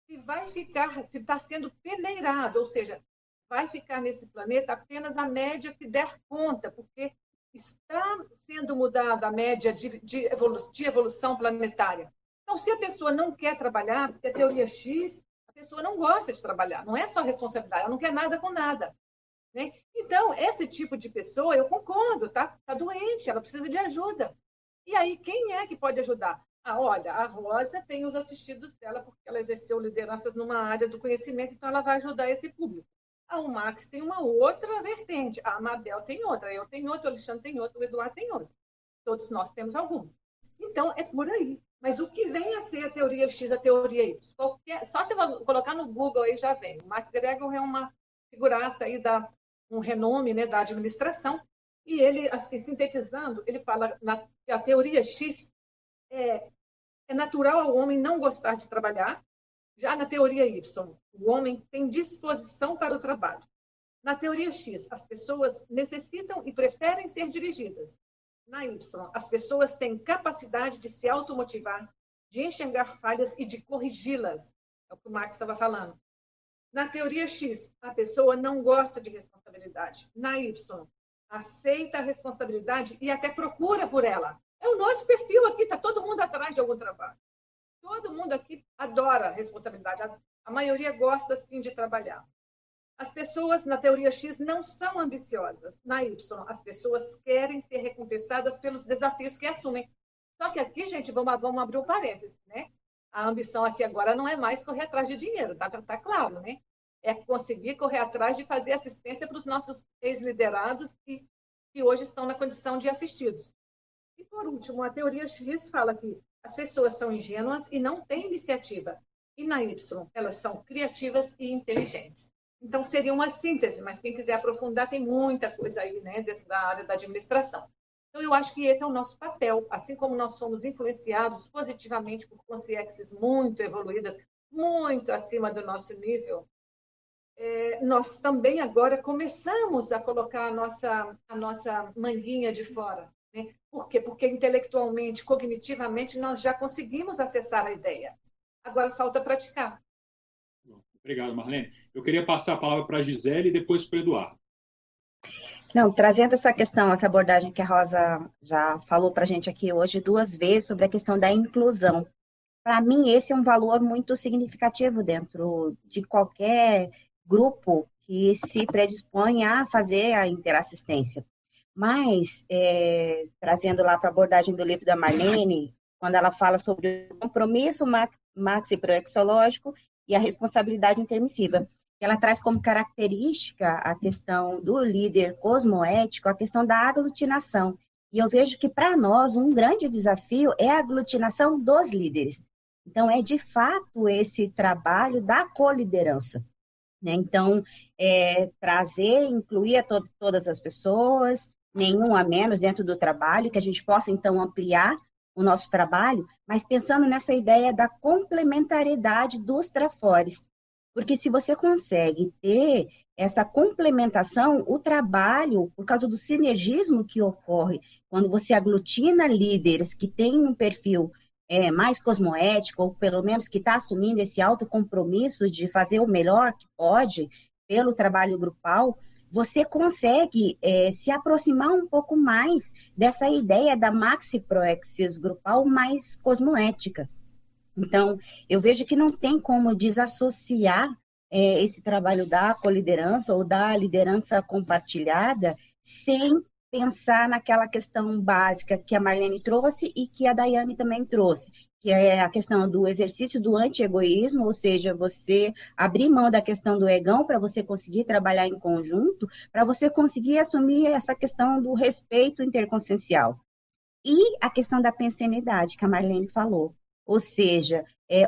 se está sendo peneirado, ou seja, vai ficar nesse planeta apenas a média que der conta, porque está sendo mudada a média de evolução planetária. Então, se a pessoa não quer trabalhar, porque a teoria X, a pessoa não gosta de trabalhar, não é só responsabilidade, ela não quer nada com nada. Né? Então, esse tipo de pessoa, eu concordo, tá doente, ela precisa de ajuda. E aí, quem é que pode ajudar? Olha, a Rosa tem os assistidos dela, porque ela exerceu lideranças numa área do conhecimento, então ela vai ajudar esse público. O Max tem uma outra vertente, a Amabel tem outra, eu tenho outra, o Alexandre tem outra, o Eduardo tem outra. Todos nós temos alguma. Então, é por aí. Mas o que vem a ser a teoria X, a teoria Y? Só se você colocar no Google aí já vem. O MacGregor é uma figuraça aí, um renome, né, da administração, e ele, assim, sintetizando, ele fala que a teoria X é natural ao homem não gostar de trabalhar. Já na teoria Y, o homem tem disposição para o trabalho. Na teoria X, as pessoas necessitam e preferem ser dirigidas. Na Y, as pessoas têm capacidade de se automotivar, de enxergar falhas e de corrigi-las. É o que o Marx estava falando. Na teoria X, a pessoa não gosta de responsabilidade. Na Y, aceita a responsabilidade e até procura por ela. É o nosso perfil aqui, está todo mundo atrás de algum trabalho. Todo mundo aqui adora a responsabilidade. A maioria gosta, sim, de trabalhar. As pessoas, na teoria X, não são ambiciosas. Na Y, as pessoas querem ser recompensadas pelos desafios que assumem. Só que aqui, gente, vamos abrir um parênteses, né? A ambição aqui agora não é mais correr atrás de dinheiro, tá claro, né? É conseguir correr atrás de fazer assistência para os nossos ex-liderados que hoje estão na condição de assistidos. E, por último, a teoria X fala que as pessoas são ingênuas e não têm iniciativa. E na Y, elas são criativas e inteligentes. Então, seria uma síntese, mas quem quiser aprofundar, tem muita coisa aí, né, dentro da área da administração. Então, eu acho que esse é o nosso papel. Assim como nós somos influenciados positivamente por consciências muito evoluídas, muito acima do nosso nível, nós também agora começamos a colocar a nossa manguinha de fora. Né? Por quê? Porque intelectualmente, cognitivamente, nós já conseguimos acessar a ideia. Agora falta praticar. Obrigado, Marlene. Eu queria passar a palavra para a Gisele e depois para o Eduardo. Não, trazendo essa questão, essa abordagem que a Rosa já falou para a gente aqui hoje 2 vezes sobre a questão da inclusão. Para mim, esse é um valor muito significativo dentro de qualquer grupo que se predispõe a fazer a interassistência. Mas, trazendo lá para a abordagem do livro da Marlene, quando ela fala sobre o compromisso maxiproexológico e a responsabilidade intermissiva, ela traz como característica a questão do líder cosmoético, a questão da aglutinação. E eu vejo que, para nós, um grande desafio é a aglutinação dos líderes. Então, é de fato esse trabalho da coliderança. Né? Então, trazer, incluir todas as pessoas, nenhum a menos dentro do trabalho, que a gente possa, então, ampliar o nosso trabalho, mas pensando nessa ideia da complementariedade dos trafores. Porque se você consegue ter essa complementação, o trabalho, por causa do sinergismo que ocorre, quando você aglutina líderes que têm um perfil mais cosmoético, ou pelo menos que está assumindo esse autocompromisso de fazer o melhor que pode pelo trabalho grupal, você consegue se aproximar um pouco mais dessa ideia da maxiproexis grupal mais cosmoética. Então, eu vejo que não tem como desassociar esse trabalho da coliderança ou da liderança compartilhada sem pensar naquela questão básica que a Marlene trouxe e que a Daiane também trouxe, que é a questão do exercício do anti-egoísmo, ou seja, você abrir mão da questão do egão para você conseguir trabalhar em conjunto, para você conseguir assumir essa questão do respeito interconsciencial. E a questão da pensenidade, que a Marlene falou. Ou seja,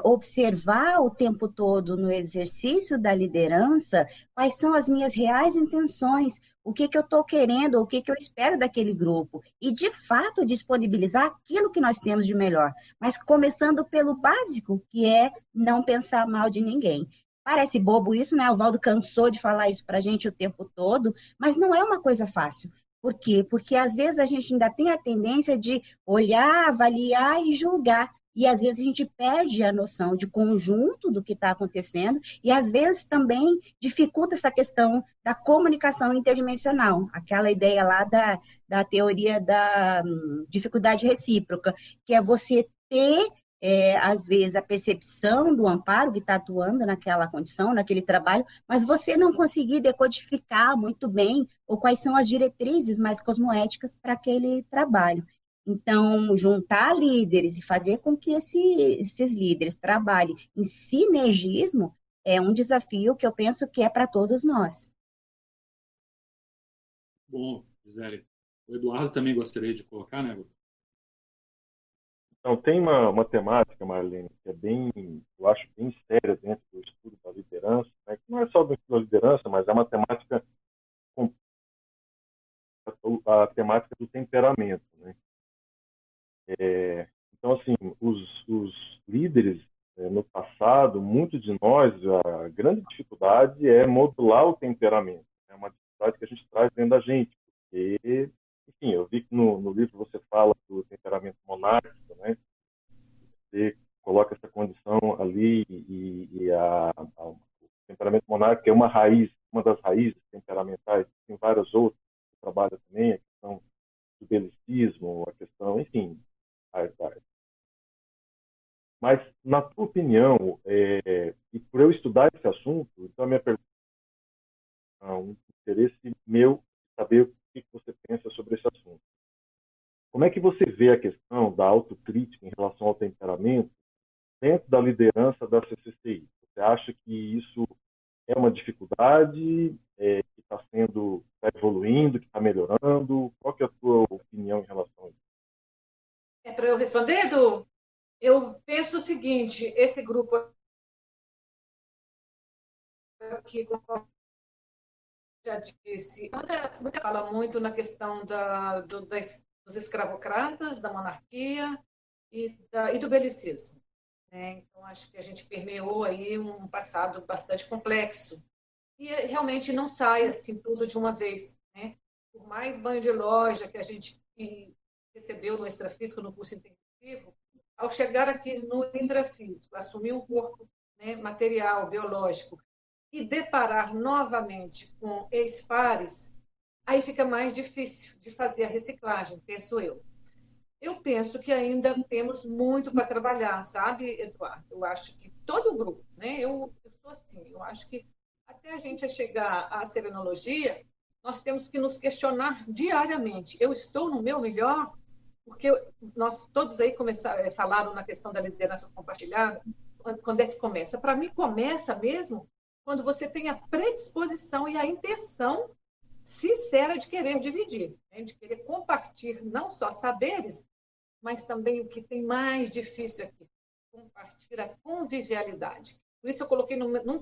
observar o tempo todo no exercício da liderança quais são as minhas reais intenções, o que eu estou querendo, o que eu espero daquele grupo. E, de fato, disponibilizar aquilo que nós temos de melhor. Mas começando pelo básico, que é não pensar mal de ninguém. Parece bobo isso, né? O Valdo cansou de falar isso para a gente o tempo todo, mas não é uma coisa fácil. Por quê? Porque, às vezes, a gente ainda tem a tendência de olhar, avaliar e julgar. E, às vezes, a gente perde a noção de conjunto do que está acontecendo e, às vezes, também dificulta essa questão da comunicação interdimensional, aquela ideia lá da teoria da dificuldade recíproca, que é você ter, às vezes, a percepção do amparo que está atuando naquela condição, naquele trabalho, mas você não conseguir decodificar muito bem ou quais são as diretrizes mais cosmoéticas para aquele trabalho. Então, juntar líderes e fazer com que esses líderes trabalhem em sinergismo é um desafio que eu penso que é para todos nós. Bom, Gisele. O Eduardo também gostaria de colocar, né? Então, tem uma temática, Marlene, que é eu acho bem séria dentro do estudo da liderança, né? Que não é só do estudo da liderança, mas é uma temática, a temática do temperamento, né? Então, assim, os líderes, no passado, muitos de nós, a grande dificuldade é modular o temperamento. É uma dificuldade que a gente traz dentro da gente. Porque, enfim, eu vi que no livro você fala do temperamento monárquico, né? Você coloca essa condição ali o temperamento monárquico é uma das raízes temperamentais. Tem várias outras que trabalham também, a questão do belicismo, a questão, enfim, mas, na tua opinião, e por por eu estudar esse assunto, então a minha pergunta é um interesse meu saber o que você pensa sobre esse assunto. Como é que você vê a questão da autocrítica em relação ao temperamento dentro da liderança da CCCI? Você acha que isso é uma dificuldade, que está evoluindo, que está melhorando? Qual que é a tua opinião em relação a isso? É para eu responder, Edu? Eu penso o seguinte, esse grupo aqui, como já disse, muita fala muito na questão dos escravocratas, da monarquia e do belicismo, né? Então, acho que a gente permeou aí um passado bastante complexo. E realmente não sai assim tudo de uma vez, né? Por mais banho de loja que a gente recebeu no extrafísico, no curso intensivo, ao chegar aqui no intrafísico, assumir um corpo, né, material, biológico, e deparar novamente com ex-pares, aí fica mais difícil de fazer a reciclagem, penso eu. Eu penso que ainda temos muito para trabalhar, sabe, Eduardo? Eu acho que todo o grupo, né? Eu sou assim, eu acho que até a gente chegar à serenologia, nós temos que nos questionar diariamente. Eu estou no meu melhor? Porque nós todos aí falaram na questão da liderança compartilhada. Quando é que começa? Para mim, começa mesmo quando você tem a predisposição e a intenção sincera de querer dividir, né? De querer compartilhar não só saberes, mas também o que tem mais difícil aqui, compartilhar a convivialidade. Por isso eu coloquei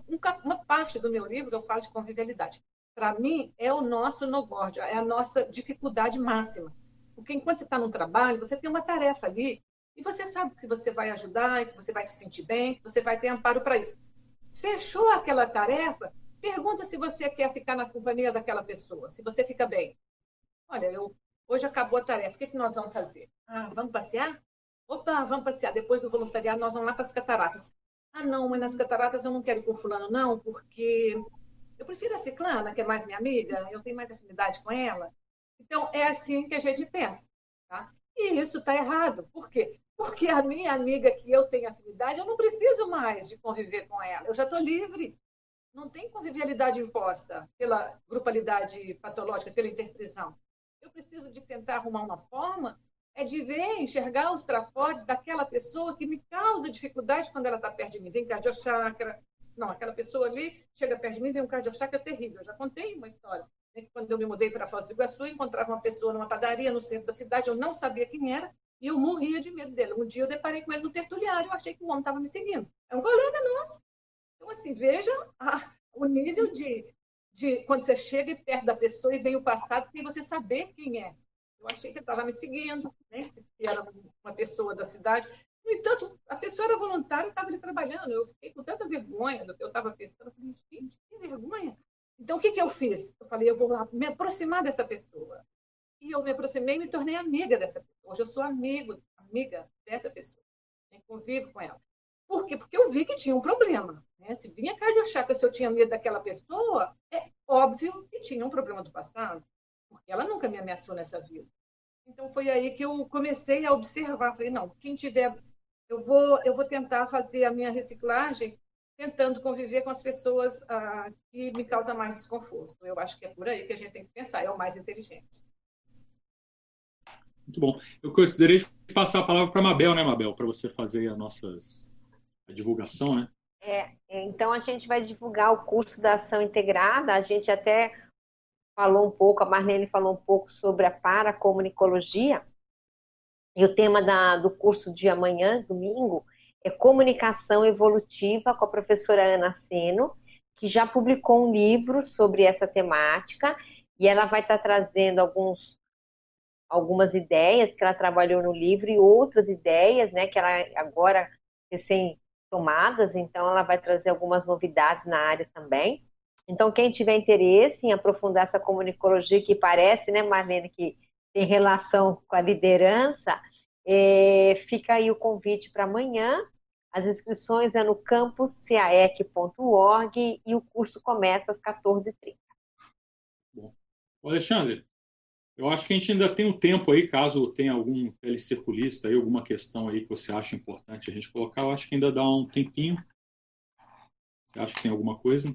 uma parte do meu livro, eu falo de convivialidade. Para mim, é o nosso nogórdio, é a nossa dificuldade máxima. Porque enquanto você está no trabalho, você tem uma tarefa ali, e você sabe que você vai ajudar, que você vai se sentir bem, que você vai ter amparo para isso. Fechou aquela tarefa, pergunta se você quer ficar na companhia daquela pessoa, se você fica bem. Olha, hoje acabou a tarefa, o que nós vamos fazer? Vamos passear? Opa, vamos passear. Depois do voluntariado, nós vamos lá para as cataratas. Não, mas nas cataratas eu não quero ir com fulano, não, porque eu prefiro a ciclana, que é mais minha amiga, eu tenho mais afinidade com ela. Então, é assim que a gente pensa, tá? E isso está errado. Por quê? Porque a minha amiga que eu tenho afinidade, eu não preciso mais de conviver com ela. Eu já estou livre. Não tem convivialidade imposta pela grupalidade patológica, pela interprisão. Eu preciso de tentar arrumar uma forma de ver, enxergar os trafortes daquela pessoa que me causa dificuldade quando ela está perto de mim. Vem cardiochakra. Não, aquela pessoa ali chega perto de mim, vem um cardiochakra terrível. Eu já contei uma história. Quando eu me mudei para Foz do Iguaçu, encontrava uma pessoa numa padaria no centro da cidade, eu não sabia quem era, e eu morria de medo dele. Um dia eu deparei com ele no tertuliário, eu achei que o homem estava me seguindo. É um colega nosso. Então, assim, veja o nível de quando você chega perto da pessoa e vem o passado sem você saber quem é. Eu achei que ele estava me seguindo, né? Que era uma pessoa da cidade. No entanto, a pessoa era voluntária e estava ali trabalhando. Eu fiquei com tanta vergonha do que eu estava pensando. Eu falei, gente, que vergonha. Então, o que eu fiz? Eu falei, eu vou me aproximar dessa pessoa. E eu me aproximei e me tornei amiga dessa pessoa. Hoje eu sou amiga dessa pessoa. Eu convivo com ela. Por quê? Porque eu vi que tinha um problema, né? Se vinha cardiochakra, se eu tinha medo daquela pessoa, é óbvio que tinha um problema do passado. Porque ela nunca me ameaçou nessa vida. Então, foi aí que eu comecei a observar. Falei, não, quem tiver... Eu vou tentar fazer a minha reciclagem tentando conviver com as pessoas que me causam mais desconforto. Eu acho que é por aí que a gente tem que pensar, é o mais inteligente. Muito bom. Eu considerei passar a palavra para a Mabel, né, Mabel? Para você fazer a divulgação, né? Então a gente vai divulgar o curso da ação integrada. A gente até falou um pouco, a Marlene falou um pouco sobre a paracomunicologia. E o tema do curso de amanhã, domingo, é comunicação evolutiva com a professora Ana Seno, que já publicou um livro sobre essa temática, e ela vai estar trazendo algumas ideias que ela trabalhou no livro e outras ideias, né, que ela agora recém-tomadas, então ela vai trazer algumas novidades na área também. Então, quem tiver interesse em aprofundar essa comunicologia, que parece, né, Marlene, que tem relação com a liderança, fica aí o convite para amanhã. As inscrições é no campuscaec.org e o curso começa às 14h30. Bom. Alexandre, eu acho que a gente ainda tem um tempo aí, caso tenha algum telecirculista aí, alguma questão aí que você acha importante a gente colocar, eu acho que ainda dá um tempinho. Você acha que tem alguma coisa?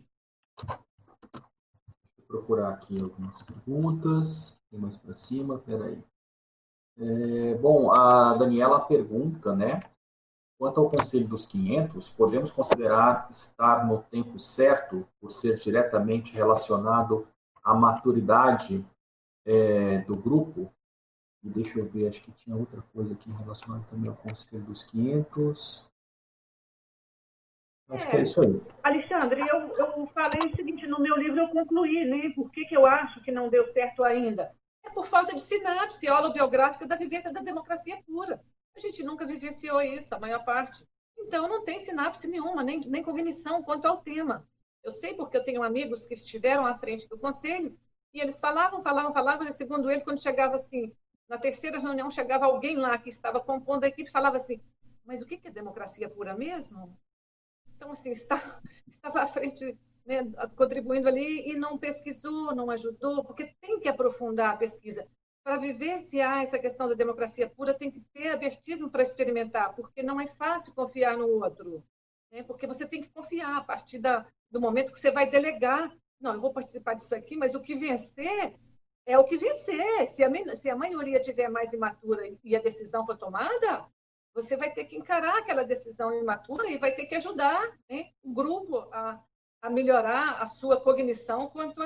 Vou procurar aqui algumas perguntas. Tem mais para cima, peraí. Bom, a Daniela pergunta, né? Quanto ao Conselho dos 500, podemos considerar estar no tempo certo por ser diretamente relacionado à maturidade do grupo? E deixa eu ver, acho que tinha outra coisa aqui relacionada também ao Conselho dos 500. Acho que é isso aí. Alexandre, eu falei o seguinte, no meu livro eu concluí, né? Por que eu acho que não deu certo ainda? É por falta de sinapse holobiográfica da vivência da democracia pura. A gente nunca vivenciou isso, a maior parte. Então, não tem sinapse nenhuma, nem cognição quanto ao tema. Eu sei porque eu tenho amigos que estiveram à frente do conselho e eles falavam, e segundo ele, quando chegava assim, na terceira reunião, chegava alguém lá que estava compondo a equipe e falava assim, mas o que é democracia pura mesmo? Então, assim, estava à frente, né, contribuindo ali e não pesquisou, não ajudou, porque tem que aprofundar a pesquisa. Para vivenciar essa questão da democracia pura, tem que ter abertismo para experimentar, porque não é fácil confiar no outro, né? Porque você tem que confiar a partir do momento que você vai delegar. Não, eu vou participar disso aqui, mas o que vencer é o que vencer. Se a maioria tiver mais imatura e a decisão for tomada, você vai ter que encarar aquela decisão imatura e vai ter que ajudar, né, o grupo a melhorar a sua cognição quanto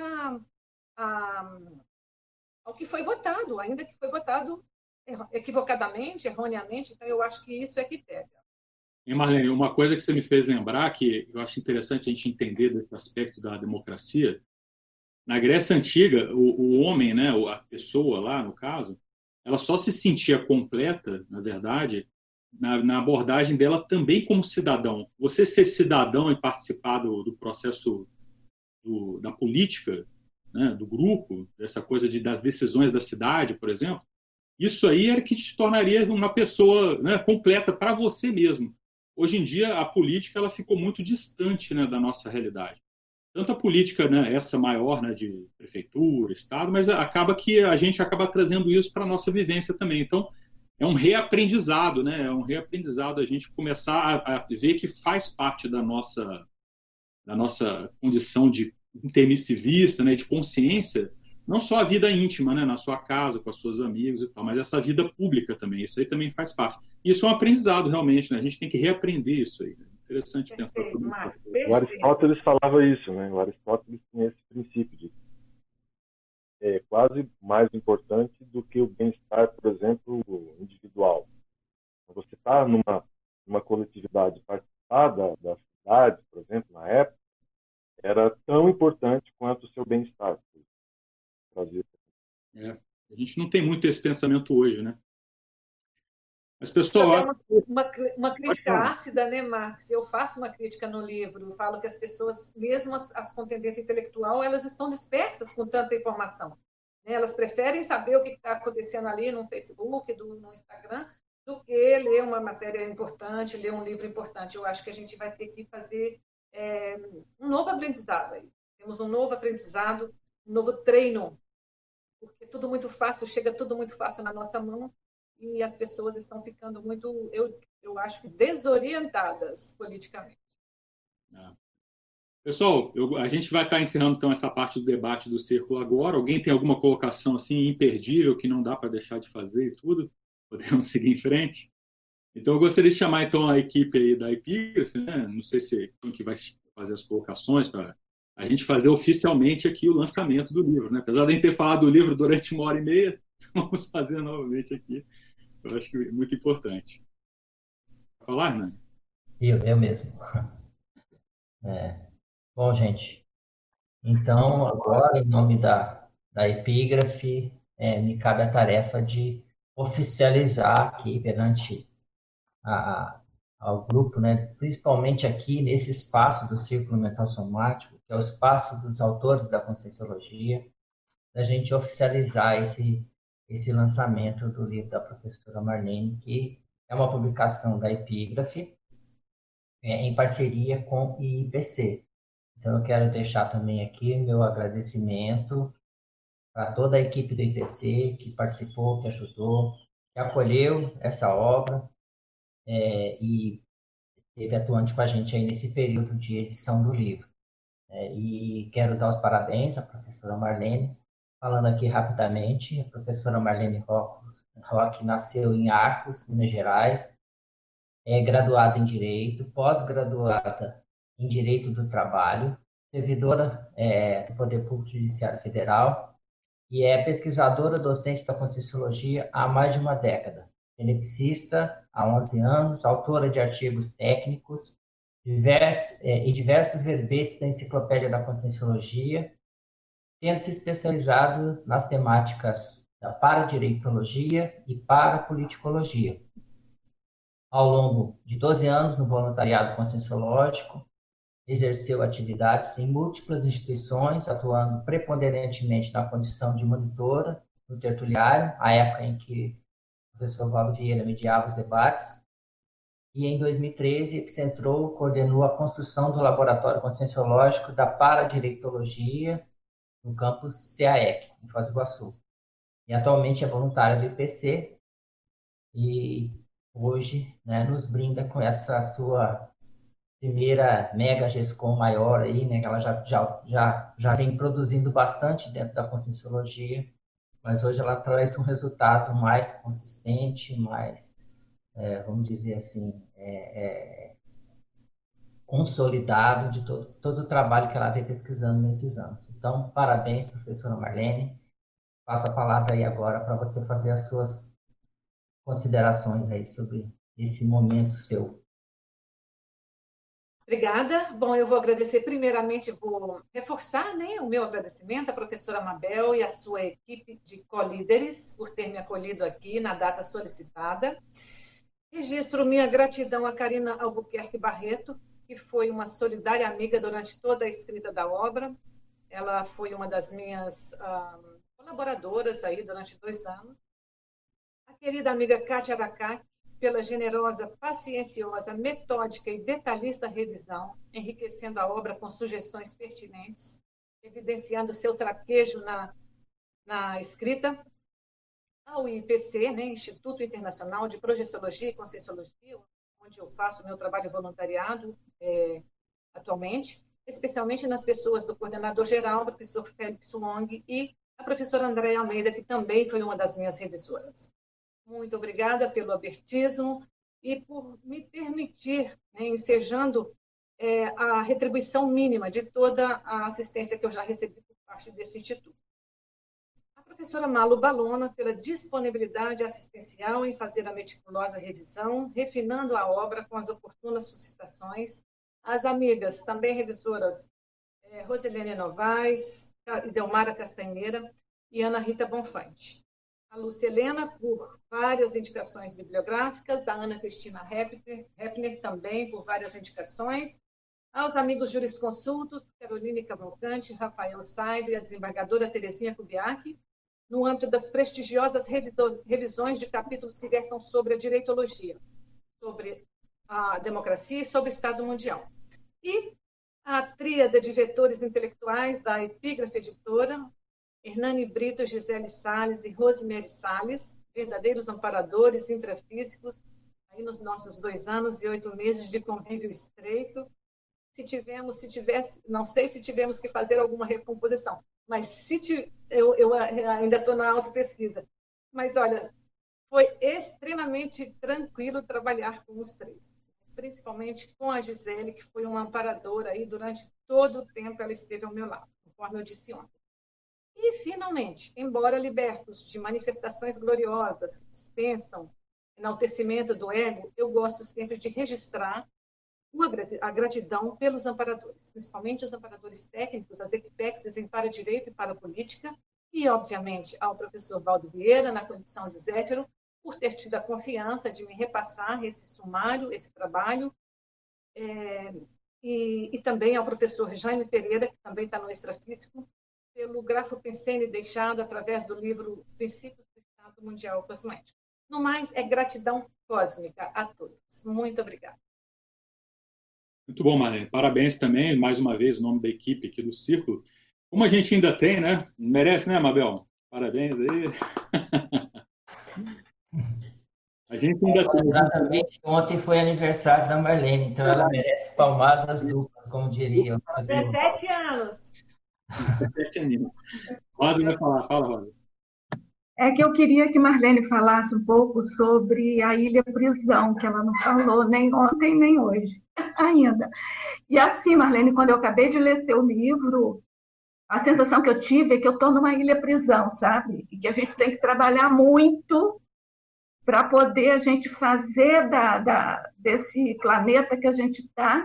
ao que foi votado, ainda que foi votado equivocadamente, erroneamente. Então, eu acho que isso é que pega. E, Marlene, uma coisa que você me fez lembrar, que eu acho interessante a gente entender desse aspecto da democracia, na Grécia Antiga, o homem, né, a pessoa lá, no caso, ela só se sentia completa, na verdade, na abordagem dela também como cidadão. Você ser cidadão e participar do processo da política, né, do grupo, dessa coisa das decisões da cidade, por exemplo, isso aí era que te tornaria uma pessoa, né, completa para você mesmo. Hoje em dia, a política ela ficou muito distante, né, da nossa realidade. Tanto a política, né, essa maior, né, de prefeitura, estado, mas acaba que a gente acaba trazendo isso para a nossa vivência também. Então, é um reaprendizado, né? É um reaprendizado a gente começar a ver que faz parte da nossa condição de intermissivista, né? De consciência, não só a vida íntima, né? Na sua casa, com os seus amigos e tal, mas essa vida pública também. Isso aí também faz parte. E isso é um aprendizado, realmente, né? A gente tem que reaprender isso aí. Né? Interessante pensar sobre isso. O Aristóteles falava isso, né? O Aristóteles tinha esse princípio de quase mais importante do que o bem-estar, por exemplo, individual. Você está numa coletividade, participar da cidade, por exemplo, na época, era tão importante quanto o seu bem-estar. A gente não tem muito esse pensamento hoje, né? Mas, pessoal... Uma crítica ácida, né, Marx? Eu faço uma crítica no livro, eu falo que as pessoas, mesmo as com tendência intelectual, elas estão dispersas com tanta informação. Elas preferem saber o que está acontecendo ali no Facebook, no Instagram, do que ler uma matéria importante, ler um livro importante. Eu acho que a gente vai ter que fazer um novo aprendizado aí. Temos um novo aprendizado, um novo treino, porque tudo muito fácil, chega tudo muito fácil na nossa mão, e as pessoas estão ficando muito, eu acho que desorientadas politicamente. Pessoal, a gente vai estar encerrando então essa parte do debate do círculo agora. Alguém tem alguma colocação assim imperdível que não dá para deixar de fazer e tudo? Podemos seguir em frente? Então eu gostaria de chamar então a equipe aí da Epígrafe, né? Não sei se quem que vai fazer as colocações para a gente fazer oficialmente aqui o lançamento do livro, né? Apesar de a gente ter falado do livro durante 1h30, vamos fazer novamente aqui. Eu acho que é muito importante. Vai falar, Hernani? Eu mesmo. Bom, gente, então agora, em nome da Epígrafe, me cabe a tarefa de oficializar aqui perante ao grupo, né, principalmente aqui nesse espaço do Círculo Mental Somático, que é o espaço dos autores da Conscienciologia, da gente oficializar esse lançamento do livro da professora Marlene, que é uma publicação da Epígrafe, em parceria com o IPC. Então, eu quero deixar também aqui meu agradecimento para toda a equipe do IPC que participou, que ajudou, que acolheu essa obra, e esteve atuante com a gente aí nesse período de edição do livro. E quero dar os parabéns à professora Marlene. Falando aqui rapidamente, a professora Marlene Roque nasceu em Arcos, Minas Gerais, é graduada em Direito, pós-graduada em Direito do Trabalho, servidora do Poder Público Judiciário Federal e é pesquisadora docente da Conscienciologia há mais de uma década. Tenepsista há 11 anos, autora de artigos técnicos e diversos verbetes da Enciclopédia da Conscienciologia, tendo se especializado nas temáticas da paradireitologia e parapoliticologia. Ao longo de 12 anos no voluntariado conscienciológico, exerceu atividades em múltiplas instituições, atuando preponderantemente na condição de monitora no tertuliário, a época em que o professor Valdo Vieira mediava os debates, e em 2013 epicentrou, coordenou a construção do Laboratório Conscienciológico da Paradireitologia no campus CAEC, em Foz do Iguaçu. E atualmente é voluntária do IPC e hoje, né, nos brinda com essa sua primeira mega GESCOM maior aí, né, que ela já vem produzindo bastante dentro da Conscienciologia, mas hoje ela traz um resultado mais consistente, mais, vamos dizer assim, consolidado de todo o trabalho que ela vem pesquisando nesses anos. Então, parabéns, professora Marlene. Passo a palavra aí agora para você fazer as suas considerações aí sobre esse momento seu. Obrigada. Bom, eu vou agradecer primeiramente, vou reforçar, né, o meu agradecimento à professora Mabel e à sua equipe de co-líderes por ter me acolhido aqui na data solicitada. Registro minha gratidão a Karina Albuquerque Barreto, que foi uma solidária amiga durante toda a escrita da obra. Ela foi uma das minhas colaboradoras aí durante 2 anos. A querida amiga Kátia Aracá, pela generosa, pacienciosa, metódica e detalhista revisão, enriquecendo a obra com sugestões pertinentes, evidenciando seu traquejo na escrita. Ao IPC, né, Instituto Internacional de Projeciologia e Conscienciologia, onde eu faço meu trabalho voluntariado atualmente, especialmente nas pessoas do coordenador-geral, o professor Félix Wong, e a professora Andréa Almeida, que também foi uma das minhas revisoras. Muito obrigada pelo abertismo e por me permitir, né, ensejando a retribuição mínima de toda a assistência que eu já recebi por parte desse instituto. A professora Malu Balona, pela disponibilidade assistencial em fazer a meticulosa revisão, refinando a obra com as oportunas suscitações. As amigas, também revisoras, Rosilene Novaes, Delmara Castanheira e Ana Rita Bonfante. A Lúcia Helena, por várias indicações bibliográficas, a Ana Cristina Heppner também por várias indicações, aos amigos jurisconsultos, Caroline Cavalcante, Rafael Saido e a desembargadora Terezinha Kubiak, no âmbito das prestigiosas revisões de capítulos que versam sobre a direitologia, sobre a democracia e sobre o Estado Mundial. E a tríade de vetores intelectuais da Epígrafe Editora, Hernani Brito, Gisele Salles e Rosemary Salles, verdadeiros amparadores intrafísicos, aí nos nossos 2 anos e 8 meses de convívio estreito. Não sei se tivemos que fazer alguma recomposição, mas eu ainda estou na autopesquisa. Mas, olha, foi extremamente tranquilo trabalhar com os 3, principalmente com a Gisele, que foi uma amparadora aí durante todo o tempo ela esteve ao meu lado, conforme eu disse ontem. E, finalmente, embora libertos de manifestações gloriosas que dispensam enaltecimento do ego, eu gosto sempre de registrar a gratidão pelos amparadores, principalmente os amparadores técnicos, as equipexes em para-direito e para-política, e, obviamente, ao professor Valdo Vieira, na condição de Zéfiro, por ter tido a confiança de me repassar esse sumário, esse trabalho, e também ao professor Jaime Pereira, que também está no extrafísico, pelo grafo pensene deixado através do livro Princípios do Estado Mundial Cosmético. No mais, é gratidão cósmica a todos. Muito obrigada. Muito bom, Marlene. Parabéns também, mais uma vez, o nome da equipe aqui do Círculo. Como a gente ainda tem, né? Merece, né, Mabel? Parabéns aí. A gente ainda tem. Exatamente, ontem foi aniversário da Marlene, então ela merece palmadas duplas, como diria. 17 anos. 17 aninhos. Rosa vai falar, fala, Rosa. É que eu queria que Marlene falasse um pouco sobre a Ilha Prisão, que ela não falou nem ontem nem hoje ainda. E assim, Marlene, quando eu acabei de ler teu livro, a sensação que eu tive é que eu estou numa ilha prisão, sabe? E que a gente tem que trabalhar muito para poder a gente fazer desse planeta que a gente está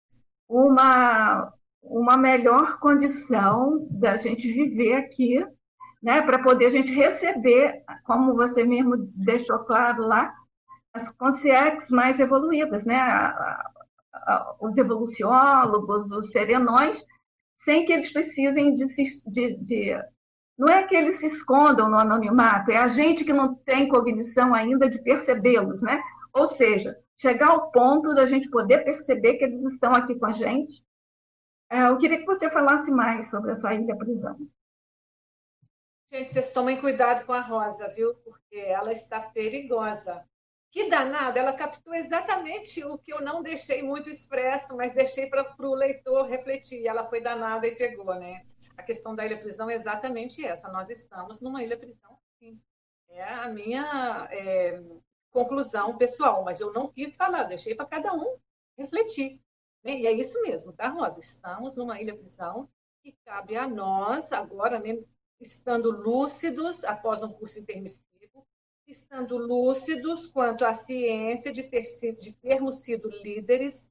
uma melhor condição da gente viver aqui, né? Para poder a gente receber, como você mesmo deixou claro lá, as consciências mais evoluídas, né? Os evoluciólogos, os serenões, sem que eles precisem não é que eles se escondam no anonimato, é a gente que não tem cognição ainda de percebê-los, né? Ou seja, chegar ao ponto da gente poder perceber que eles estão aqui com a gente. Eu queria que você falasse mais sobre essa ilha-prisão. Gente, vocês tomem cuidado com a Rosa, viu? Porque ela está perigosa. Que danada, ela captou exatamente o que eu não deixei muito expresso, mas deixei para o leitor refletir. Ela foi danada e pegou, né? A questão da ilha-prisão é exatamente essa. Nós estamos numa ilha-prisão, sim. É a minha conclusão pessoal, mas eu não quis falar, deixei para cada um refletir. Né? E é isso mesmo, tá, Rosa? Estamos numa ilha-prisão e cabe a nós, agora, né, estando lúcidos após um curso intermissivo, estando lúcidos quanto à ciência de termos sido líderes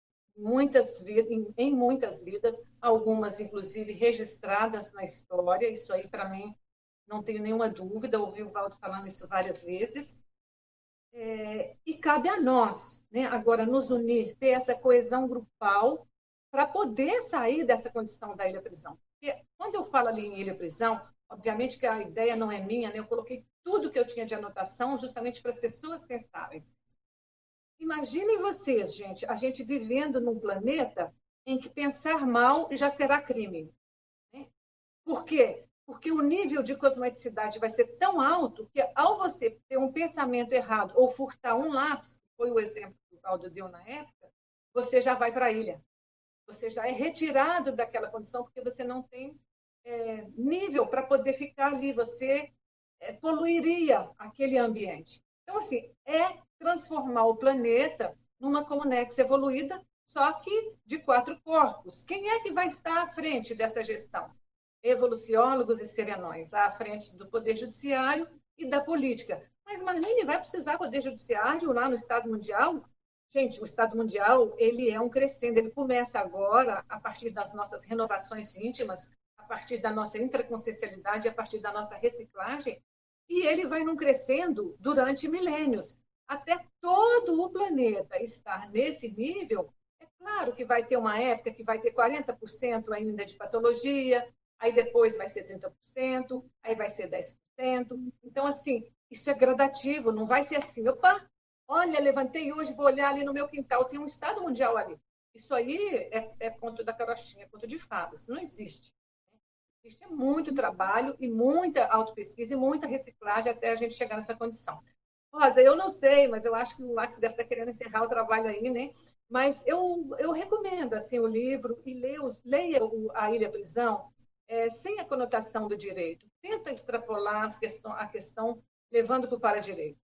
em muitas vidas, algumas inclusive registradas na história, isso aí para mim não tenho nenhuma dúvida, ouvi o Valdo falando isso várias vezes, e cabe a nós, né, agora nos unir, ter essa coesão grupal para poder sair dessa condição da ilha-prisão. Porque quando eu falo ali em ilha-prisão, obviamente que a ideia não é minha, né? Eu coloquei tudo que eu tinha de anotação justamente para as pessoas pensarem. Imaginem vocês, gente, a gente vivendo num planeta em que pensar mal já será crime. Né? Por quê? Porque o nível de cosmeticidade vai ser tão alto que ao você ter um pensamento errado ou furtar um lápis, que foi o exemplo que o Valdo deu na época, você já vai para a ilha. Você já é retirado daquela condição porque você não tem nível para poder ficar ali, você poluiria aquele ambiente. Então, assim, é transformar o planeta numa comunex evoluída, só que de 4 corpos. Quem é que vai estar à frente dessa gestão? Evoluciólogos e serenões, à frente do Poder Judiciário e da política. Mas Marlene vai precisar Poder Judiciário lá no Estado Mundial? Gente, o Estado Mundial, ele é um crescendo, ele começa agora, a partir das nossas renovações íntimas, a partir da nossa intraconsciencialidade, a partir da nossa reciclagem, e ele vai num crescendo durante milênios. Até todo o planeta estar nesse nível, é claro que vai ter uma época que vai ter 40% ainda de patologia, aí depois vai ser 30%, aí vai ser 10%. Então, assim, isso é gradativo, não vai ser assim, opa, olha, levantei hoje, vou olhar ali no meu quintal, tem um Estado Mundial ali. Isso aí é conto da carochinha, conto de fadas, não existe. Existe muito trabalho e muita autopesquisa e muita reciclagem até a gente chegar nessa condição. Rosa, eu não sei, mas eu acho que o Max deve estar querendo encerrar o trabalho aí, né? Mas eu recomendo assim, o livro e leia A Ilha Prisão sem a conotação do direito. Tenta extrapolar a questão levando para o para-direito.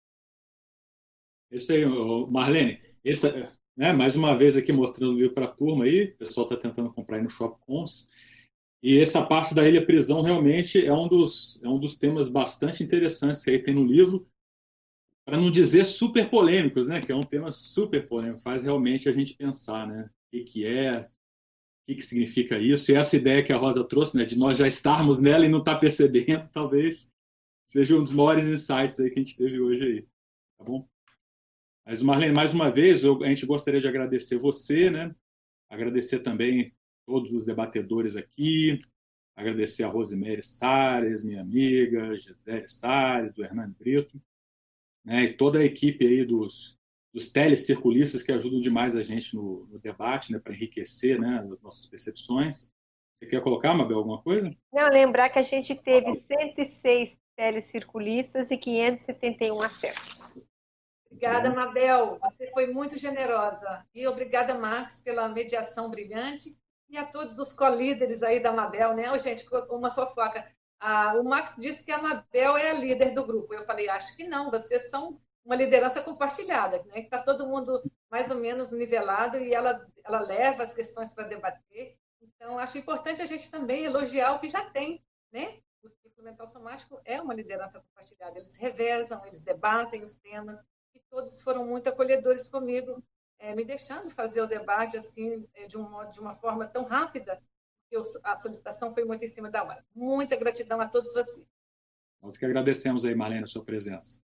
Isso aí, Marlene. Mais uma vez aqui mostrando o livro para a turma aí, o pessoal está tentando comprar aí no Shop Cons. E essa parte da ilha prisão realmente é um dos temas bastante interessantes que aí tem no livro, para não dizer super polêmicos, né? Que é um tema super polêmico, faz realmente a gente pensar, né? O que significa isso? E essa ideia que a Rosa trouxe, né? De nós já estarmos nela e não estar percebendo, talvez seja um dos maiores insights aí que a gente teve hoje aí, tá bom? Mas, Marlene, mais uma vez, a gente gostaria de agradecer você, né? Agradecer também todos os debatedores aqui, agradecer a Rosemary Salles, minha amiga, Gisele Salles, o Hernani Brito, né, e toda a equipe aí dos telecirculistas que ajudam demais a gente no debate, né, para enriquecer, né, as nossas percepções. Você quer colocar, Mabel, alguma coisa? Não, lembrar que a gente teve 106 telecirculistas e 571 acessos. Obrigada, Mabel. Você foi muito generosa. E obrigada, Max, pela mediação brilhante. E a todos os co-líderes aí da Mabel, né? Gente, uma fofoca. O Max disse que a Mabel é a líder do grupo. Eu falei, acho que não, vocês são uma liderança compartilhada, né? Está todo mundo mais ou menos nivelado e ela leva as questões para debater. Então, acho importante a gente também elogiar o que já tem, né? O ciclo mental somático é uma liderança compartilhada. Eles revezam, eles debatem os temas e todos foram muito acolhedores comigo, me deixando fazer o debate assim de uma forma tão rápida, que a solicitação foi muito em cima da hora. Muita gratidão a todos vocês. Nós que agradecemos aí, Marlene, a sua presença.